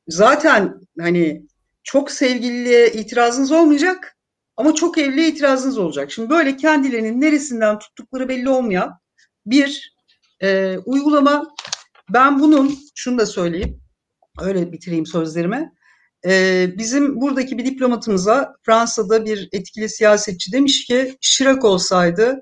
zaten hani çok sevgililiğe itirazınız olmayacak ama çok evliliğe itirazınız olacak. Şimdi böyle kendilerinin neresinden tuttukları belli olmayan bir e, uygulama. Ben bunun, şunu da söyleyeyim, öyle bitireyim sözlerimi. Ee, bizim buradaki bir diplomatımıza Fransa'da bir etkili siyasetçi demiş ki Şirak olsaydı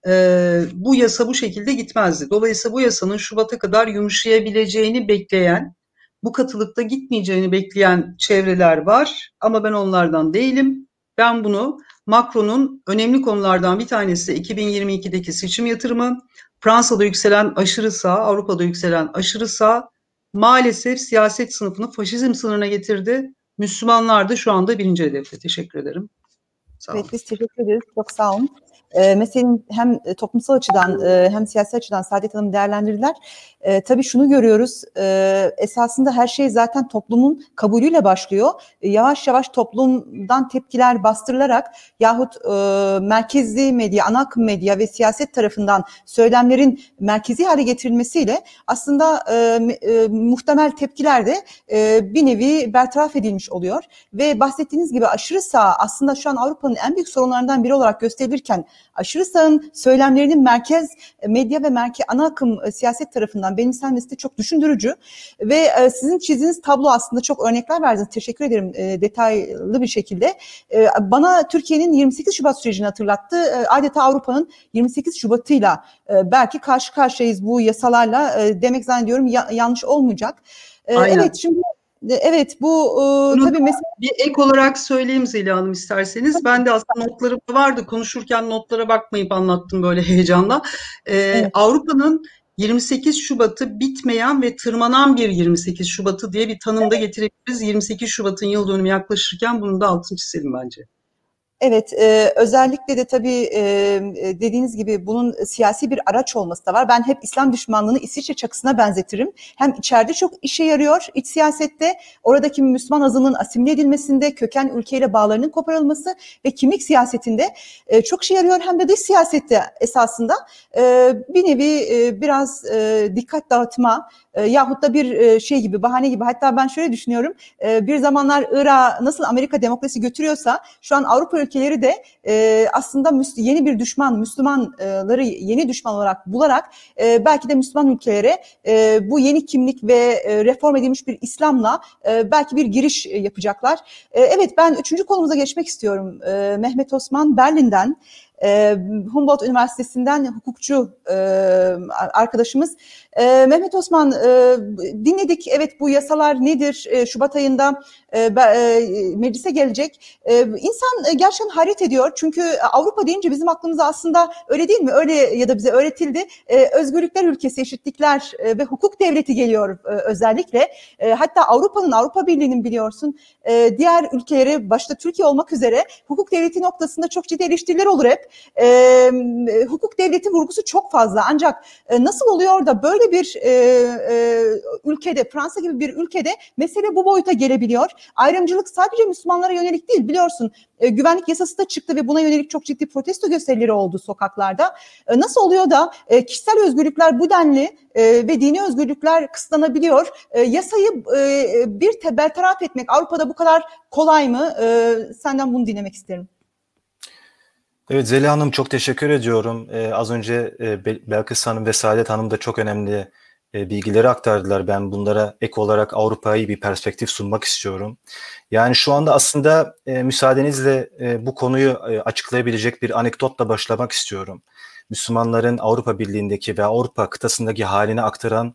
e, bu yasa bu şekilde gitmezdi. Dolayısıyla bu yasanın Şubat'a kadar yumuşayabileceğini bekleyen, bu katılıkta gitmeyeceğini bekleyen çevreler var ama ben onlardan değilim. Ben bunu Macron'un önemli konulardan bir tanesi iki bin yirmi ikideki seçim yatırımı, Fransa'da yükselen aşırı sağ, Avrupa'da yükselen aşırı sağ maalesef siyaset sınıfını faşizm sınırına getirdi. Müslümanlar da şu anda birinci hedefte. Teşekkür ederim. Sağ olun. Evet, biz teşekkür ederiz. Çok sağ olun. E, meselenin hem toplumsal açıdan e, hem siyasi açıdan Saadet Hanım değerlendirdiler. E, tabii şunu görüyoruz, e, esasında her şey zaten toplumun kabulüyle başlıyor. E, yavaş yavaş toplumdan tepkiler bastırılarak yahut e, merkezli medya, ana akım medya ve siyaset tarafından söylemlerin merkezi hale getirilmesiyle aslında e, e, muhtemel tepkiler de e, bir nevi bertaraf edilmiş oluyor. Ve bahsettiğiniz gibi aşırı sağ aslında şu an Avrupa'nın en büyük sorunlarından biri olarak gösterilirken aşırı sağın söylemlerinin merkez medya ve merkez ana akım e, siyaset tarafından benimsenmesi de çok düşündürücü ve e, sizin çizdiğiniz tablo aslında çok örnekler verdiniz. Teşekkür ederim e, detaylı bir şekilde. E, bana Türkiye'nin yirmi sekiz Şubat sürecini hatırlattı. E, adeta Avrupa'nın yirmi sekiz Şubat'ıyla e, belki karşı karşıyayız bu yasalarla e, demek zannediyorum ya, yanlış olmayacak. E, evet şimdi evet bu e, tabii mesela bir ek olarak söyleyeyim Zeliha Hanım isterseniz. Ben de aslında notlarım vardı. Konuşurken notlara bakmayıp anlattım böyle heyecanla. Ee, evet. Avrupa'nın yirmi sekiz Şubat'ı bitmeyen ve tırmanan bir yirmi sekiz Şubat'ı diye bir tanım da getirebiliriz. yirmi sekiz Şubat'ın yıl dönümü yaklaşırken bunu da altını çizelim bence. Evet, e, özellikle de tabii e, dediğiniz gibi bunun siyasi bir araç olması da var. Ben hep İslam düşmanlığını İsviçre çakısına benzetirim. Hem içeride çok işe yarıyor iç siyasette, oradaki Müslüman azınlığın asimile edilmesinde, köken ülkeyle bağlarının koparılması ve kimlik siyasetinde e, çok işe yarıyor. Hem de dış siyasette esasında e, bir nevi e, biraz e, dikkat dağıtma, E, yahut da bir e, şey gibi, bahane gibi. Hatta ben şöyle düşünüyorum, e, bir zamanlar Irak'a nasıl Amerika demokrasi götürüyorsa şu an Avrupa ülkeleri de e, aslında yeni bir düşman, Müslümanları yeni düşman olarak bularak e, belki de Müslüman ülkelere e, bu yeni kimlik ve e, reform edilmiş bir İslam'la e, belki bir giriş yapacaklar. E, evet, ben üçüncü konumuza geçmek istiyorum. E, Mehmet Osman Berlin'den, E, Humboldt Üniversitesi'nden hukukçu e, arkadaşımız. E, Mehmet Osman, e, dinledik. Evet, bu yasalar nedir? E, Şubat ayında e, e, meclise gelecek. E, insan e, gerçekten hayret ediyor. Çünkü Avrupa deyince bizim aklımıza aslında öyle değil mi? Öyle ya da bize öğretildi. E, özgürlükler ülkesi, eşitlikler e, ve hukuk devleti geliyor e, özellikle. E, hatta Avrupa'nın, Avrupa Birliği'nin biliyorsun e, diğer ülkelere, başta Türkiye olmak üzere hukuk devleti noktasında çok ciddi eleştiriler olur hep. E, hukuk devleti vurgusu çok fazla. Ancak e, nasıl oluyor da böyle bir e, e, ülkede, Fransa gibi bir ülkede mesele bu boyuta gelebiliyor? Ayrımcılık sadece Müslümanlara yönelik değil, biliyorsun. E, güvenlik yasası da çıktı ve buna yönelik çok ciddi protesto gösterileri oldu sokaklarda. E, nasıl oluyor da e, kişisel özgürlükler bu denli e, ve dini özgürlükler kısıtlanabiliyor? E, yasayı e, bir te, bertaraf etmek Avrupa'da bu kadar kolay mı? E, senden bunu dinlemek isterim. Evet Zeliha Hanım, çok teşekkür ediyorum. Ee, az önce e, Belkıs Hanım ve Saadet Hanım da çok önemli e, bilgileri aktardılar. Ben bunlara ek olarak Avrupa'yı bir perspektif sunmak istiyorum. Yani şu anda aslında e, müsaadenizle e, bu konuyu e, açıklayabilecek bir anekdotla başlamak istiyorum. Müslümanların Avrupa Birliği'ndeki ve Avrupa kıtasındaki halini aktaran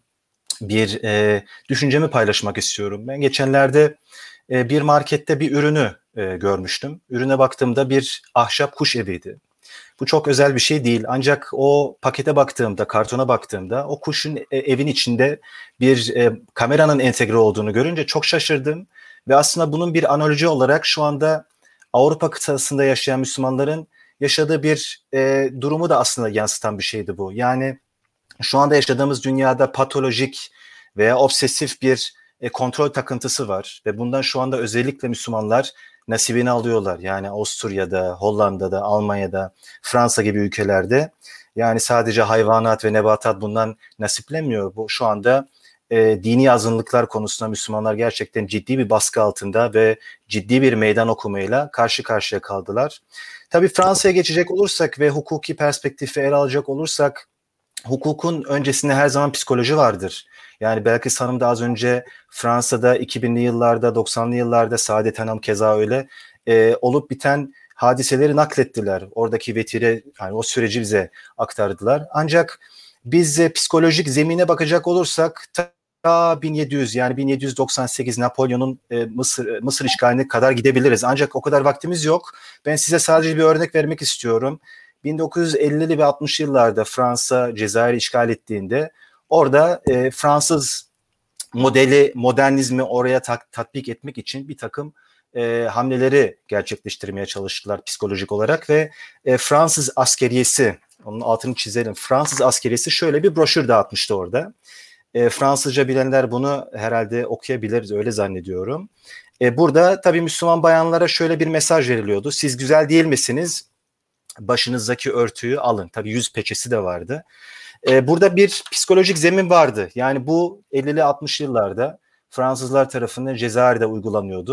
bir e, düşüncemi paylaşmak istiyorum. Ben geçenlerde e, bir markette bir ürünü e, görmüştüm. Ürüne baktığımda bir ahşap kuş eviydi. Bu çok özel bir şey değil. Ancak o pakete baktığımda, kartona baktığımda o kuşun e, evin içinde bir e, kameranın entegre olduğunu görünce çok şaşırdım. Ve aslında bunun bir analoji olarak şu anda Avrupa kıtasında yaşayan Müslümanların yaşadığı bir e, durumu da aslında yansıtan bir şeydi bu. Yani şu anda yaşadığımız dünyada patolojik veya obsesif bir e, kontrol takıntısı var ve bundan şu anda özellikle Müslümanlar nasibini alıyorlar. Yani Avusturya'da, Hollanda'da, Almanya'da, Fransa gibi ülkelerde yani sadece hayvanat ve nebatat bundan nasiplenmiyor. Bu şu anda e, dini azınlıklar konusunda Müslümanlar gerçekten ciddi bir baskı altında ve ciddi bir meydan okumayla karşı karşıya kaldılar. Tabii Fransa'ya geçecek olursak ve hukuki perspektifi ele alacak olursak, hukukun öncesinde her zaman psikoloji vardır. Yani Belkıs Hanım da az önce Fransa'da iki binli yıllarda, doksanlı yıllarda, Saadet Hanım keza öyle e, olup biten hadiseleri naklettiler. Oradaki vetire, yani o süreci bize aktardılar. Ancak biz e, psikolojik zemine bakacak olursak ta bin yedi yüz yani bin yedi yüz doksan sekiz Napolyon'un e, Mısır Mısır işgaline kadar gidebiliriz. Ancak o kadar vaktimiz yok. Ben size sadece bir örnek vermek istiyorum. bin dokuz yüz ellili ve altmışlı yıllarda Fransa Cezayir'i işgal ettiğinde orada e, Fransız modeli, modernizmi oraya tak, tatbik etmek için bir takım e, hamleleri gerçekleştirmeye çalıştılar psikolojik olarak ve e, Fransız askeriyesi, onun altını çizelim, Fransız askeriyesi şöyle bir broşür dağıtmıştı orada. E, Fransızca bilenler bunu herhalde okuyabilir, öyle zannediyorum. E, burada tabii Müslüman bayanlara şöyle bir mesaj veriliyordu. Siz güzel değil misiniz? Başınızdaki örtüyü alın. Tabii yüz peçesi de vardı. Ee, burada bir psikolojik zemin vardı. Yani bu ellili altmışlı yıllarda Fransızlar tarafından Cezayir'de uygulanıyordu.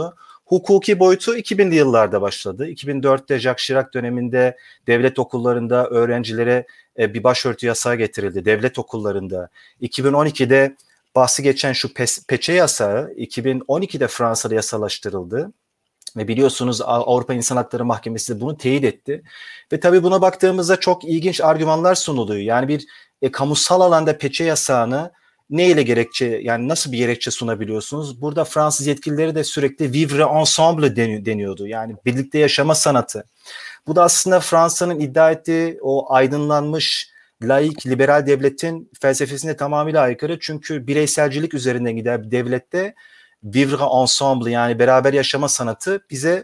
Hukuki boyutu iki binli yıllarda başladı. iki bin dörtte Jacques Chirac döneminde devlet okullarında öğrencilere e, bir başörtü yasağı getirildi. Devlet okullarında. iki bin on ikide bahsi geçen şu pe- peçe yasağı iki bin on ikide Fransa'da yasalaştırıldı. Ve biliyorsunuz Avrupa İnsan Hakları Mahkemesi de bunu teyit etti. Ve tabii buna baktığımızda çok ilginç argümanlar sunuluyor. Yani bir e, kamusal alanda peçe yasağını neyle gerekçe, yani nasıl bir gerekçe sunabiliyorsunuz? Burada Fransız yetkilileri de sürekli vivre ensemble deniyordu. Yani birlikte yaşama sanatı. Bu da aslında Fransa'nın iddia ettiği o aydınlanmış, laik, liberal devletin felsefesine tamamıyla aykırı. Çünkü bireyselcilik üzerinden gider bir devlette vivre ensemble, yani beraber yaşama sanatı bize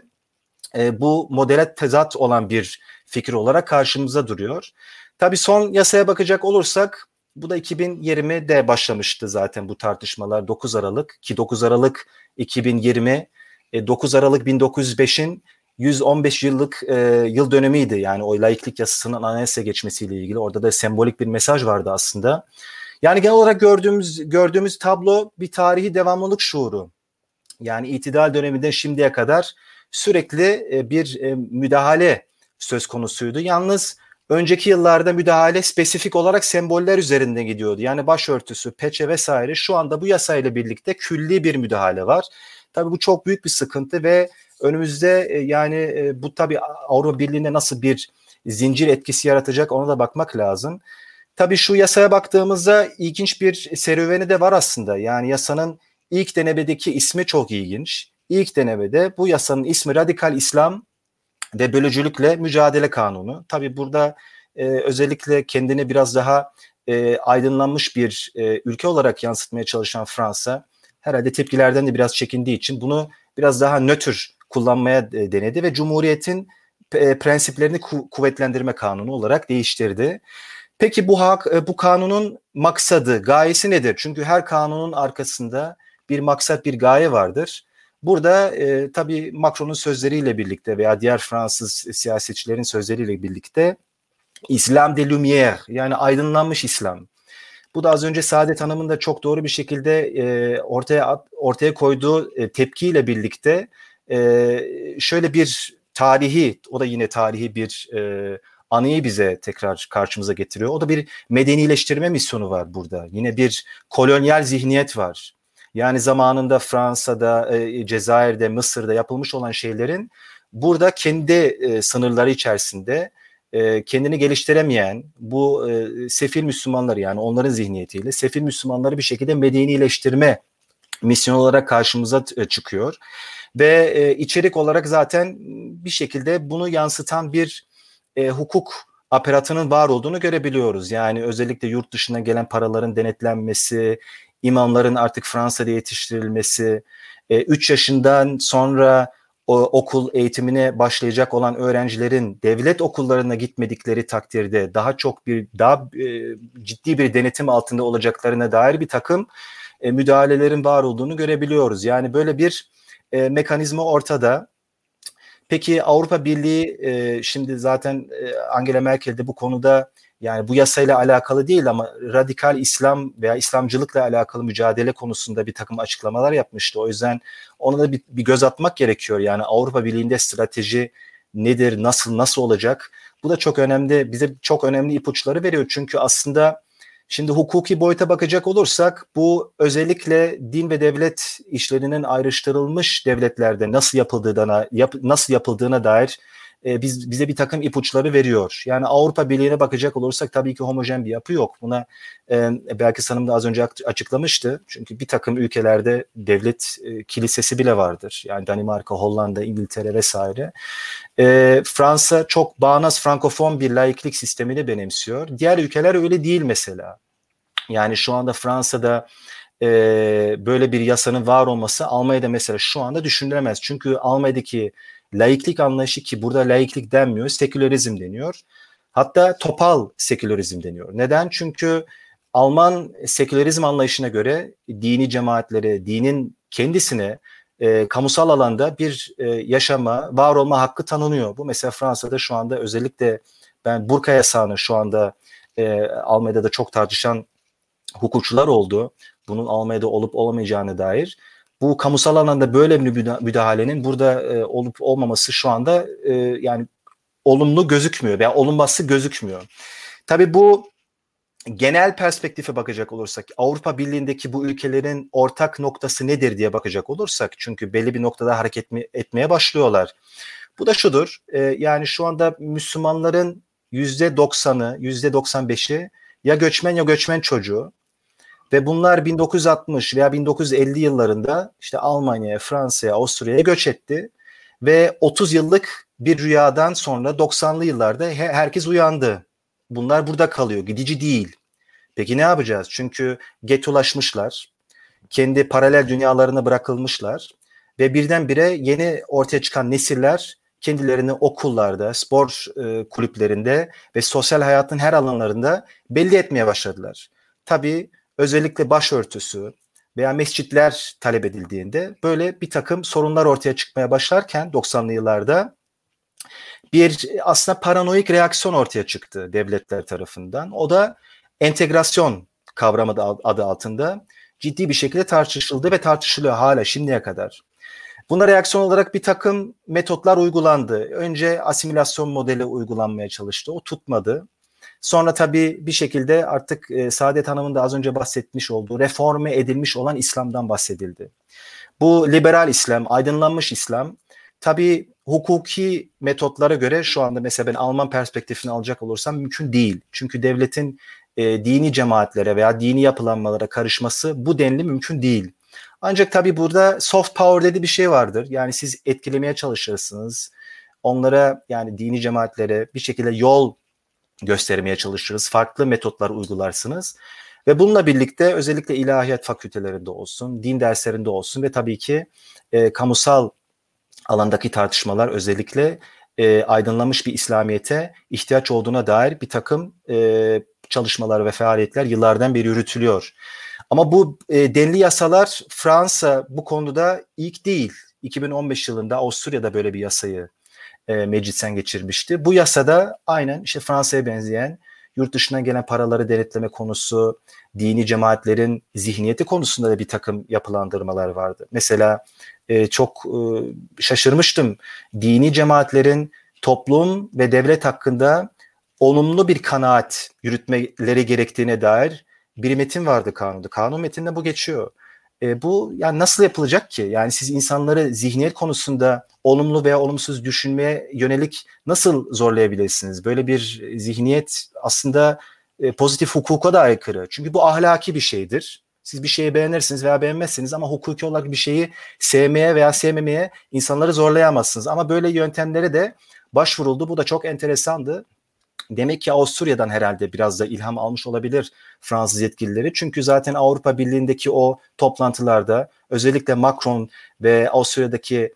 e, bu modele tezat olan bir fikir olarak karşımıza duruyor. Tabii son yasaya bakacak olursak bu da iki bin yirmide başlamıştı zaten bu tartışmalar, dokuz Aralık ki dokuz Aralık iki bin yirmi, e, dokuz Aralık bin dokuz yüz beşin yüz on beş yıllık e, yıl dönemiydi. Yani o laiklik yasasının anayasaya geçmesiyle ilgili orada da sembolik bir mesaj vardı aslında. Yani genel olarak gördüğümüz gördüğümüz tablo bir tarihi devamlılık şuuru. Yani itidal döneminden şimdiye kadar sürekli e, bir e, müdahale söz konusuydu. Yalnız önceki yıllarda müdahale spesifik olarak semboller üzerinden gidiyordu. Yani başörtüsü, peçe vesaire. Şu anda bu yasayla birlikte külli bir müdahale var. Tabii bu çok büyük bir sıkıntı ve önümüzde e, yani e, bu tabii Avrupa Birliği'ne nasıl bir zincir etkisi yaratacak ona da bakmak lazım. Tabii şu yasaya baktığımızda ilginç bir serüveni de var aslında. Yani yasanın ilk denemedeki ismi çok ilginç. İlk denemede bu yasanın ismi Radikal İslam ve Bölücülükle Mücadele Kanunu. Tabii burada e, özellikle kendini biraz daha e, aydınlanmış bir e, ülke olarak yansıtmaya çalışan Fransa herhalde tepkilerden de biraz çekindiği için bunu biraz daha nötr kullanmaya e, denedi ve Cumhuriyet'in e, prensiplerini ku- kuvvetlendirme kanunu olarak değiştirdi. Peki bu hak, bu kanunun maksadı, gayesi nedir? Çünkü her kanunun arkasında bir maksat, bir gaye vardır. Burada e, tabii Macron'un sözleriyle birlikte veya diğer Fransız siyasetçilerin sözleriyle birlikte İslam de Lumière, yani aydınlanmış İslam. Bu da az önce Saadet Hanım'ın da çok doğru bir şekilde e, ortaya ortaya koyduğu e, tepkiyle birlikte e, şöyle bir tarihi, o da yine tarihi bir e, anıyı bize tekrar karşımıza getiriyor. O da bir medenileştirme misyonu var burada. Yine bir kolonyal zihniyet var. Yani zamanında Fransa'da, e, Cezayir'de, Mısır'da yapılmış olan şeylerin burada kendi e, sınırları içerisinde e, kendini geliştiremeyen bu e, sefil Müslümanları, yani onların zihniyetiyle sefil Müslümanları bir şekilde medenileştirme misyonu olarak karşımıza e, çıkıyor. Ve e, içerik olarak zaten bir şekilde bunu yansıtan bir e, hukuk aparatının var olduğunu görebiliyoruz. Yani özellikle yurt dışından gelen paraların denetlenmesi, imamların artık Fransa'da yetiştirilmesi, üç yaşından sonra o, okul eğitimine başlayacak olan öğrencilerin devlet okullarına gitmedikleri takdirde daha çok bir daha e, ciddi bir denetim altında olacaklarına dair bir takım e, müdahalelerin var olduğunu görebiliyoruz. Yani böyle bir e, mekanizma ortada. Peki Avrupa Birliği e, şimdi zaten e, Angela Merkel de bu konuda, yani bu yasayla alakalı değil ama radikal İslam veya İslamcılıkla alakalı mücadele konusunda bir takım açıklamalar yapmıştı. O yüzden ona da bir, bir göz atmak gerekiyor. Yani Avrupa Birliği'nde strateji nedir, nasıl nasıl olacak? Bu da çok önemli, bize çok önemli ipuçları veriyor. Çünkü aslında şimdi hukuki boyuta bakacak olursak bu özellikle din ve devlet işlerinin ayrıştırılmış devletlerde nasıl yapıldığına yap, nasıl yapıldığına dair e, biz bize bir takım ipuçları veriyor. Yani Avrupa Birliği'ne bakacak olursak tabii ki homojen bir yapı yok. Buna e, Belkıs Hanım da az önce açıklamıştı. Çünkü bir takım ülkelerde devlet e, kilisesi bile vardır. Yani Danimarka, Hollanda, İngiltere vesaire. E, Fransa çok bağnaz frankofon bir laiklik sistemini benimsiyor. Diğer ülkeler öyle değil mesela. Yani şu anda Fransa'da e, böyle bir yasanın var olması Almanya'da mesela şu anda düşünülemez. Çünkü Almanya'daki laiklik anlayışı, ki burada laiklik denmiyor, sekülerizm deniyor. Hatta topal sekülerizm deniyor. Neden? Çünkü Alman sekülerizm anlayışına göre dini cemaatlere, dinin kendisine e, kamusal alanda bir e, yaşama, var olma hakkı tanınıyor. Bu mesela Fransa'da şu anda özellikle ben burka yasağını şu anda e, Almanya'da da çok tartışan hukukçular oldu. Bunun Almanya'da olup olamayacağına dair. bu kamusal alanda böyle bir müdahalenin burada e, olup olmaması şu anda e, yani olumlu gözükmüyor veya olunması gözükmüyor. Tabii bu genel perspektife bakacak olursak, Avrupa Birliği'ndeki bu ülkelerin ortak noktası nedir diye bakacak olursak, çünkü belli bir noktada hareket etmeye başlıyorlar. Bu da şudur, e, yani şu anda Müslümanların yüzde doksanı, yüzde doksan beşi ya göçmen ya göçmen çocuğu ve bunlar bin dokuz yüz altmış veya bin dokuz yüz elli yıllarında işte Almanya'ya, Fransa'ya, Avusturya'ya göç etti ve otuz yıllık bir rüyadan sonra doksanlı yıllarda herkes uyandı. Bunlar burada kalıyor, gidici değil. Peki ne yapacağız? Çünkü getolaşmışlar, kendi paralel dünyalarına bırakılmışlar ve birdenbire yeni ortaya çıkan nesiller kendilerini okullarda, spor e, kulüplerinde ve sosyal hayatın her alanlarında belli etmeye başladılar. Tabii özellikle başörtüsü veya mescitler talep edildiğinde böyle bir takım sorunlar ortaya çıkmaya başlarken doksanlı yıllarda bir aslında paranoik reaksiyon ortaya çıktı devletler tarafından. O da entegrasyon kavramı adı altında ciddi bir şekilde tartışıldı ve tartışılıyor hala şimdiye kadar. Buna reaksiyon olarak bir takım metotlar uygulandı. Önce asimilasyon modeli uygulanmaya çalıştı. O tutmadı. Sonra tabii bir şekilde artık e, Saadet Hanım'ın da az önce bahsetmiş olduğu reforme edilmiş olan İslam'dan bahsedildi. Bu liberal İslam, aydınlanmış İslam tabii hukuki metotlara göre şu anda mesela ben Alman perspektifini alacak olursam mümkün değil. Çünkü devletin e, dini cemaatlere veya dini yapılanmalara karışması bu denli mümkün değil. Ancak tabii burada soft power dediği bir şey vardır. Yani siz etkilemeye çalışırsınız. Onlara yani dini cemaatlere bir şekilde yol göstermeye çalışırız. Farklı metotlar uygularsınız. Ve bununla birlikte özellikle ilahiyat fakültelerinde olsun, din derslerinde olsun ve tabii ki e, kamusal alandaki tartışmalar özellikle e, aydınlanmış bir İslamiyet'e ihtiyaç olduğuna dair bir takım e, çalışmalar ve faaliyetler yıllardan beri yürütülüyor. Ama bu e, denli yasalar Fransa bu konuda ilk değil. iki bin on beş yılında Avusturya'da böyle bir yasayı e, meclisten geçirmişti. Bu yasada aynen işte Fransa'ya benzeyen yurt dışından gelen paraları denetleme konusu, dini cemaatlerin zihniyeti konusunda da bir takım yapılandırmalar vardı. Mesela e, çok e, şaşırmıştım. Dini cemaatlerin toplum ve devlet hakkında olumlu bir kanaat yürütmeleri gerektiğine dair bir metin vardı kanunda. Kanun metninde bu geçiyor. E, bu yani nasıl yapılacak ki? Yani siz insanları zihniyet konusunda olumlu veya olumsuz düşünmeye yönelik nasıl zorlayabilirsiniz? Böyle bir zihniyet aslında e, pozitif hukuka da aykırı. Çünkü bu ahlaki bir şeydir. Siz bir şeyi beğenirsiniz veya beğenmezsiniz ama hukuki olarak bir şeyi sevmeye veya sevmemeye insanları zorlayamazsınız. Ama böyle yöntemlere de başvuruldu. Bu da çok enteresandı. Demek ki Avusturya'dan herhalde biraz da ilham almış olabilir Fransız yetkilileri. Çünkü zaten Avrupa Birliği'ndeki o toplantılarda özellikle Macron ve Avusturya'daki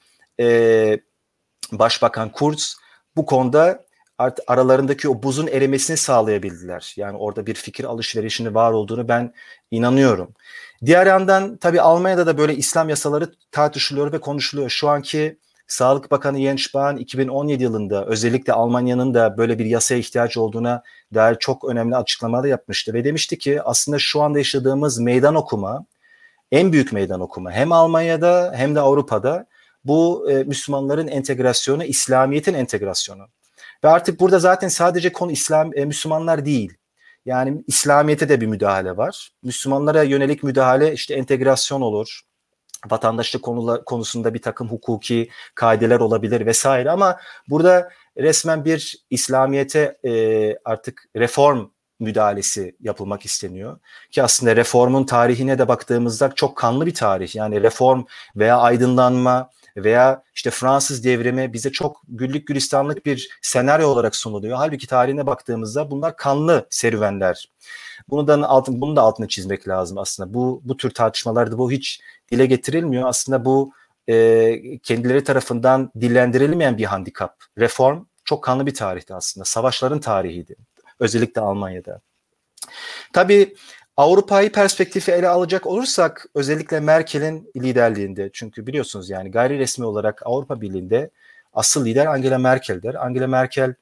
e, Başbakan Kurz bu konuda art, aralarındaki o buzun erimesini sağlayabildiler. Yani orada bir fikir alışverişinin var olduğunu ben inanıyorum. Diğer yandan tabii Almanya'da da böyle İslam yasaları tartışılıyor ve konuşuluyor. Şu anki Sağlık Bakanı Jens Spahn iki bin on yedi yılında özellikle Almanya'nın da böyle bir yasaya ihtiyacı olduğuna dair çok önemli açıklamalar yapmıştı ve demişti ki aslında şu anda yaşadığımız meydan okuma, en büyük meydan okuma hem Almanya'da hem de Avrupa'da bu e, Müslümanların entegrasyonu, İslamiyet'in entegrasyonu. Ve artık burada zaten sadece konu İslam e, Müslümanlar değil. Yani İslamiyet'e de bir müdahale var. Müslümanlara yönelik müdahale işte entegrasyon olur. Vatandaşlık konular, konusunda bir takım hukuki kaideler olabilir vesaire ama burada resmen bir İslamiyet'e e, artık reform müdahalesi yapılmak isteniyor. Ki aslında reformun tarihine de baktığımızda çok kanlı bir tarih. Yani reform veya aydınlanma veya işte Fransız devrimi bize çok güllük gülistanlık bir senaryo olarak sunuluyor. Halbuki tarihine baktığımızda bunlar kanlı serüvenler. Bunu da altın, bunu da altını çizmek lazım aslında. Bu bu tür tartışmalarda bu hiç dile getirilmiyor. Aslında bu e, kendileri tarafından dillendirilmeyen bir handikap. Reform çok kanlı bir tarihti aslında. Savaşların tarihiydi. Özellikle Almanya'da. Tabii Avrupa'yı perspektifi ele alacak olursak özellikle Merkel'in liderliğinde, çünkü biliyorsunuz yani gayri resmi olarak Avrupa Birliği'nde asıl lider Angela Merkel'dir. Angela Merkel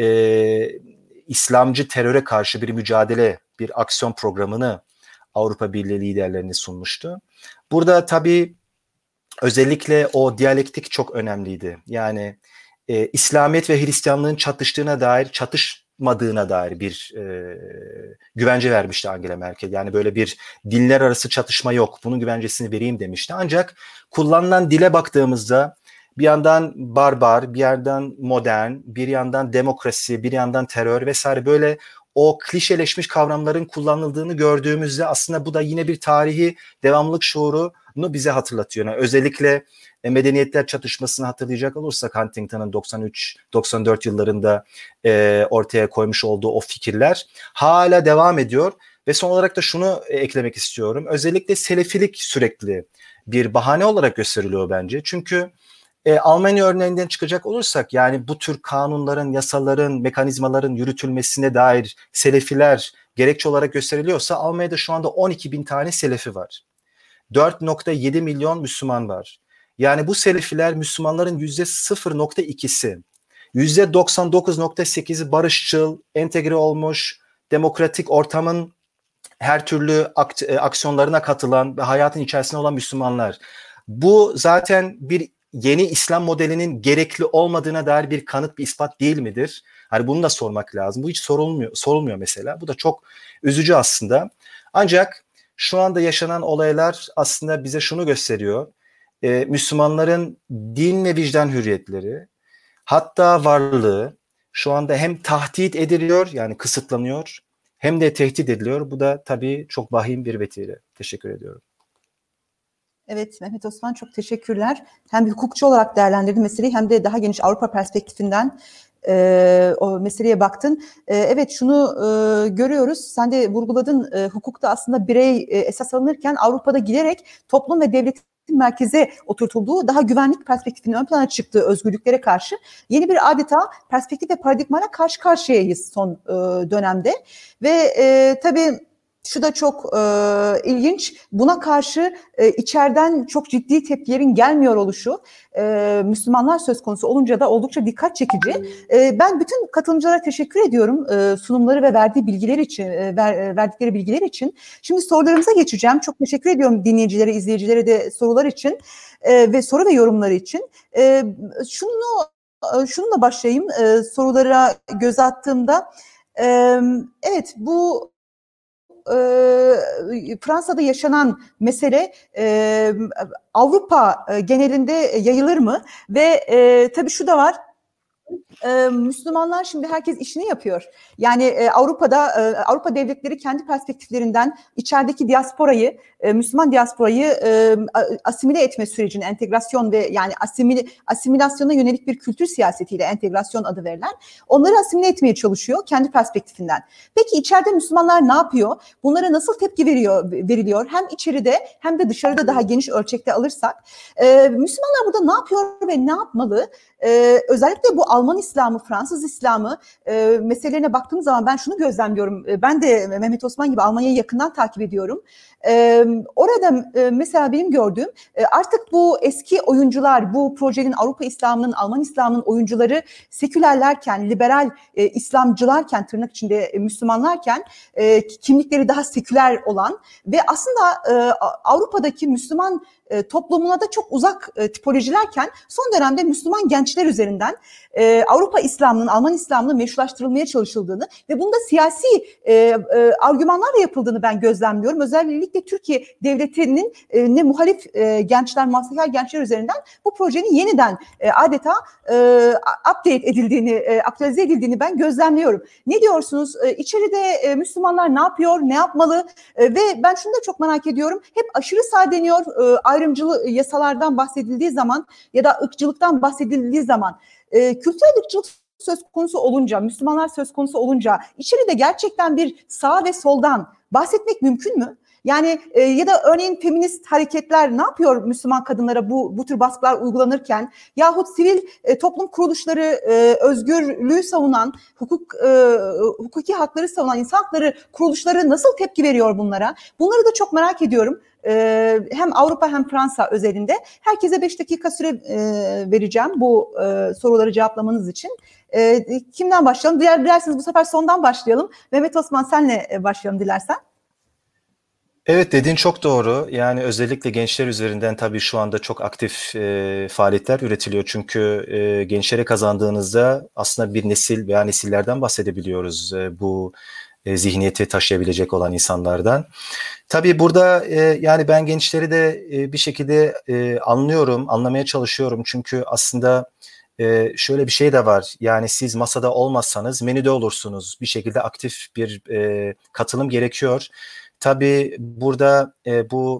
e, İslamcı teröre karşı bir mücadele, bir aksiyon programını Avrupa Birliği liderlerine sunmuştu. Burada tabii özellikle o diyalektik çok önemliydi. Yani e, İslamiyet ve Hristiyanlığın çatıştığına dair, çatışmadığına dair bir e, güvence vermişti Angela Merkel. Yani böyle bir dinler arası çatışma yok, bunun güvencesini vereyim demişti. Ancak kullanılan dile baktığımızda bir yandan barbar, bir yandan modern, bir yandan demokrasi, bir yandan terör vesaire, böyle o klişeleşmiş kavramların kullanıldığını gördüğümüzde aslında bu da yine bir tarihi devamlılık şuurunu bize hatırlatıyor. Yani özellikle medeniyetler çatışmasını hatırlayacak olursak Huntington'ın doksan üç doksan dört yıllarında e, ortaya koymuş olduğu o fikirler hala devam ediyor ve son olarak da şunu eklemek istiyorum. Özellikle Selefilik sürekli bir bahane olarak gösteriliyor bence. Çünkü E, Almanya örneğinden çıkacak olursak, yani bu tür kanunların, yasaların, mekanizmaların yürütülmesine dair Selefiler gerekçe olarak gösteriliyorsa, Almanya'da şu anda on iki bin tane Selefi var. dört nokta yedi milyon Müslüman var. Yani bu Selefiler Müslümanların yüzde sıfır nokta ikisi. yüzde doksan dokuz nokta sekizi barışçıl, entegre olmuş, demokratik ortamın her türlü aksiyonlarına katılan ve hayatın içerisinde olan Müslümanlar. Bu zaten bir yeni İslam modelinin gerekli olmadığına dair bir kanıt, bir ispat değil midir? Hani bunu da sormak lazım. Bu hiç sorulmuyor, sorulmuyor mesela. Bu da çok üzücü aslında. Ancak şu anda yaşanan olaylar aslında bize şunu gösteriyor. Ee, Müslümanların din ve vicdan hürriyetleri, hatta varlığı şu anda hem tahdit ediliyor, yani kısıtlanıyor, hem de tehdit ediliyor. Bu da tabii çok vahim bir vetire. Teşekkür ediyorum. Evet Mehmet Osman, çok teşekkürler. Hem bir hukukçu olarak değerlendirdin meseleyi, hem de daha geniş Avrupa perspektifinden e, o meseleye baktın. E, evet, şunu e, görüyoruz, sen de vurguladın, e, hukukta aslında birey e, esas alınırken Avrupa'da giderek toplum ve devletin merkeze oturtulduğu, daha güvenlik perspektifinin ön plana çıktığı özgürlüklere karşı yeni bir adeta perspektif ve paradigmayla karşı karşıyayız son e, dönemde. Ve e, tabii şu da çok e, ilginç, buna karşı e, içeriden çok ciddi tepkilerin gelmiyor oluşu, e, Müslümanlar söz konusu olunca da oldukça dikkat çekici. E, ben bütün katılımcılara teşekkür ediyorum e, sunumları ve verdiği bilgiler için, e, ver, verdikleri bilgiler için. Şimdi sorularımıza geçeceğim. Çok teşekkür ediyorum dinleyicilere, izleyicilere de sorular için e, ve soru ve yorumları için. E, şunu şununla başlayayım. E, sorulara göz attığımda, e, evet, bu E, Fransa'da yaşanan mesele e, Avrupa genelinde yayılır mı? Ve e, tabii şu da var. Ee, Müslümanlar, şimdi herkes işini yapıyor. Yani e, Avrupa'da e, Avrupa devletleri kendi perspektiflerinden içerideki diasporayı, e, Müslüman diasporayı e, asimile etme sürecini, entegrasyon ve yani asimile, asimilasyona yönelik bir kültür siyasetiyle, entegrasyon adı verilen, onları asimile etmeye çalışıyor kendi perspektifinden. Peki içeride Müslümanlar ne yapıyor? Bunlara nasıl tepki veriyor veriliyor? Hem içeride hem de dışarıda, daha geniş ölçekte alırsak. E, Müslümanlar burada ne yapıyor ve ne yapmalı? Ee, özellikle bu Alman İslamı, Fransız İslamı e, meselelerine baktığım zaman ben şunu gözlemliyorum. E, ben de Mehmet Osman gibi Almanya'yı yakından takip ediyorum. E, orada e, mesela benim gördüğüm e, artık bu eski oyuncular, bu projenin, Avrupa İslamı'nın, Alman İslamı'nın oyuncuları sekülerlerken, liberal e, İslamcılarken, tırnak içinde e, Müslümanlarken, e, kimlikleri daha seküler olan ve aslında e, Avrupa'daki Müslüman e, toplumuna da çok uzak e, tipolojilerken, son dönemde Müslüman gençler üzerinden e, Avrupa İslamı'nın, Alman İslamı'nın meşrulaştırılmaya çalışıldığını ve bunda siyasi e, e, argümanlarla yapıldığını ben gözlemliyorum. Özellikle Türkiye devletinin e, ne muhalif e, gençler, muhafazakar gençler üzerinden bu projenin yeniden e, adeta e, update edildiğini, e, aktualize edildiğini ben gözlemliyorum. Ne diyorsunuz? E, içeride e, Müslümanlar ne yapıyor, ne yapmalı? E, ve ben şunu da çok merak ediyorum. Hep aşırı sağ deniyor, e, ayrımcılık yasalardan bahsedildiği zaman ya da ırkçılıktan bahsedildiği zaman, e, kültürel ırkçılık söz konusu olunca, Müslümanlar söz konusu olunca içeride gerçekten bir sağ ve soldan bahsetmek mümkün mü? Yani e, ya da örneğin feminist hareketler ne yapıyor Müslüman kadınlara bu bu tür baskılar uygulanırken, yahut sivil e, toplum kuruluşları, e, özgürlüğü savunan, hukuk e, hukuki hakları savunan insan hakları kuruluşları nasıl tepki veriyor bunlara? Bunları da çok merak ediyorum. Ee, hem Avrupa hem Fransa özelinde. Herkese beş dakika süre e, vereceğim bu e, soruları cevaplamanız için. E, kimden başlayalım? Diler, dilerseniz bu sefer sondan başlayalım. Mehmet Osman, senle başlayalım dilersen. Evet, dediğin çok doğru. Yani özellikle gençler üzerinden tabii şu anda çok aktif e, faaliyetler üretiliyor. Çünkü e, gençlere kazandığınızda aslında bir nesil veya nesillerden bahsedebiliyoruz. E, bu e, zihniyeti taşıyabilecek olan insanlardan. Tabii burada e, yani ben gençleri de e, bir şekilde e, anlıyorum, anlamaya çalışıyorum. Çünkü aslında e, şöyle bir şey de var. Yani siz masada olmazsanız menüde olursunuz. Bir şekilde aktif bir e, katılım gerekiyor. Tabii burada e, bu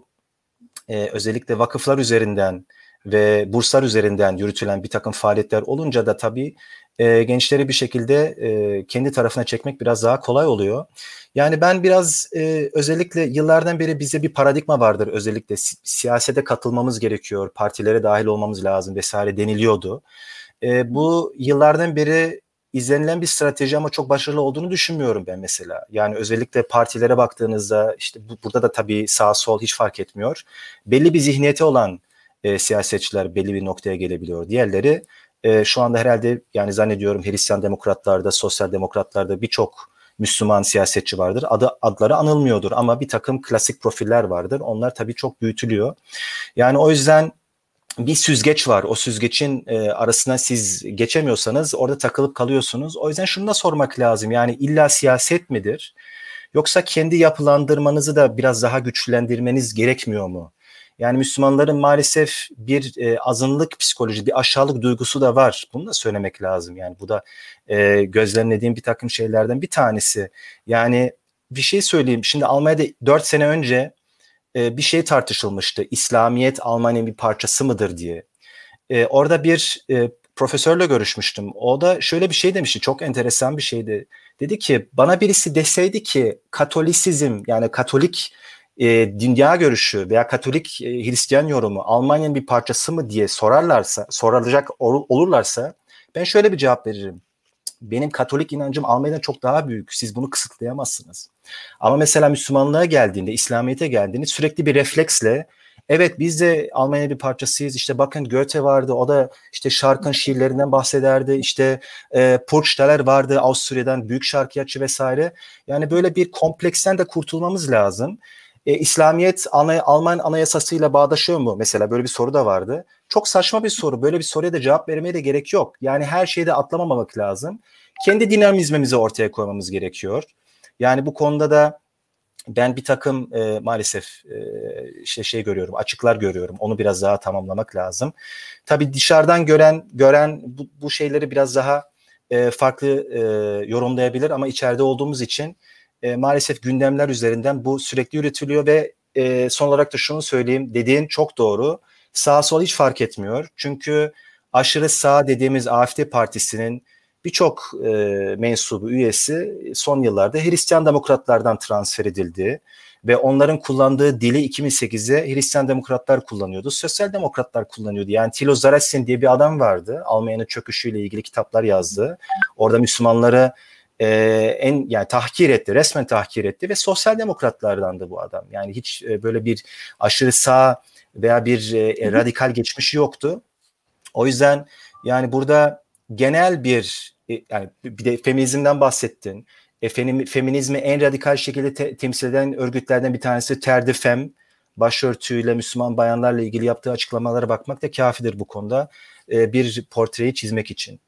e, özellikle vakıflar üzerinden ve burslar üzerinden yürütülen bir takım faaliyetler olunca da tabii e, gençleri bir şekilde e, kendi tarafına çekmek biraz daha kolay oluyor. Yani ben biraz e, özellikle yıllardan beri bize bir paradigma vardır. Özellikle si- siyasete katılmamız gerekiyor, partilere dahil olmamız lazım vesaire deniliyordu. E, bu yıllardan beri izlenilen bir strateji ama çok başarılı olduğunu düşünmüyorum ben mesela. Yani özellikle partilere baktığınızda işte bu, burada da tabii sağ sol hiç fark etmiyor. Belli bir zihniyeti olan e, siyasetçiler belli bir noktaya gelebiliyor. Diğerleri e, şu anda herhalde yani zannediyorum Hristiyan demokratlarda, sosyal demokratlarda birçok Müslüman siyasetçi vardır. Adı, adları anılmıyordur ama bir takım klasik profiller vardır. Onlar tabii çok büyütülüyor. Yani o yüzden bir süzgeç var. O süzgecin e, arasına siz geçemiyorsanız orada takılıp kalıyorsunuz. O yüzden şunu da sormak lazım. Yani illa siyaset midir? Yoksa kendi yapılandırmanızı da biraz daha güçlendirmeniz gerekmiyor mu? Yani Müslümanların maalesef bir e, azınlık psikoloji, bir aşağılık duygusu da var. Bunu da söylemek lazım. Yani bu da e, gözlemlediğim bir takım şeylerden bir tanesi. Yani bir şey söyleyeyim. Şimdi Almanya'da dört sene önce bir şey tartışılmıştı. İslamiyet Almanya'nın bir parçası mıdır diye. Ee, orada bir e, profesörle görüşmüştüm. O da şöyle bir şey demişti. Çok enteresan bir şeydi. Dedi ki bana birisi deseydi ki Katolisizm yani Katolik e, dünya görüşü veya Katolik e, Hristiyan yorumu Almanya'nın bir parçası mı diye sorarlarsa, sorulacak ol, olurlarsa ben şöyle bir cevap veririm. Benim Katolik inancım Almanya'dan çok daha büyük. Siz bunu kısıtlayamazsınız. Ama mesela Müslümanlığa geldiğinde, İslamiyet'e geldiğinde sürekli bir refleksle evet biz de Almanya'nın bir parçasıyız. İşte bakın Goethe vardı. O da işte şarkın şiirlerinden bahsederdi. İşte e, Purgstaller vardı Avusturya'dan büyük şarkıyatçı vesaire. Yani böyle bir kompleksten de kurtulmamız lazım. E, İslamiyet ana, Alman anayasasıyla bağdaşıyor mu? Mesela böyle bir soru da vardı. Çok saçma bir soru. Böyle bir soruya da cevap vermeye de gerek yok. Yani her şeyde atlamamak lazım. Kendi dinamizmimizi ortaya koymamız gerekiyor. Yani bu konuda da ben bir takım e, maalesef e, işte şey görüyorum, açıklar görüyorum. Onu biraz daha tamamlamak lazım. Tabii dışarıdan gören gören bu, bu şeyleri biraz daha e, farklı e, yorumlayabilir ama içeride olduğumuz için e, maalesef gündemler üzerinden bu sürekli üretiliyor ve e, son olarak da şunu söyleyeyim. Dediğin çok doğru. Sağ sol hiç fark etmiyor. Çünkü aşırı sağ dediğimiz A F D Partisi'nin birçok e, mensubu, üyesi son yıllarda Hristiyan Demokratlardan transfer edildi ve onların kullandığı dili iki bin sekizde Hristiyan Demokratlar kullanıyordu, Sosyal Demokratlar kullanıyordu. Yani Thilo Sarrazin diye bir adam vardı, Almanya'nın çöküşüyle ilgili kitaplar yazdı. Orada Müslümanları e, en yani tahkir etti, resmen tahkir etti ve Sosyal Demokratlardandı bu adam. Yani hiç e, böyle bir aşırı sağ veya bir e, radikal geçmişi yoktu. O yüzden yani burada genel bir yani bir de feminizmden bahsettin. E, feminizmi en radikal şekilde te- temsil eden örgütlerden bir tanesi Terre de Femme. Başörtüyle Müslüman bayanlarla ilgili yaptığı açıklamalara bakmak da kafidir bu konuda. E, bir portreyi çizmek için.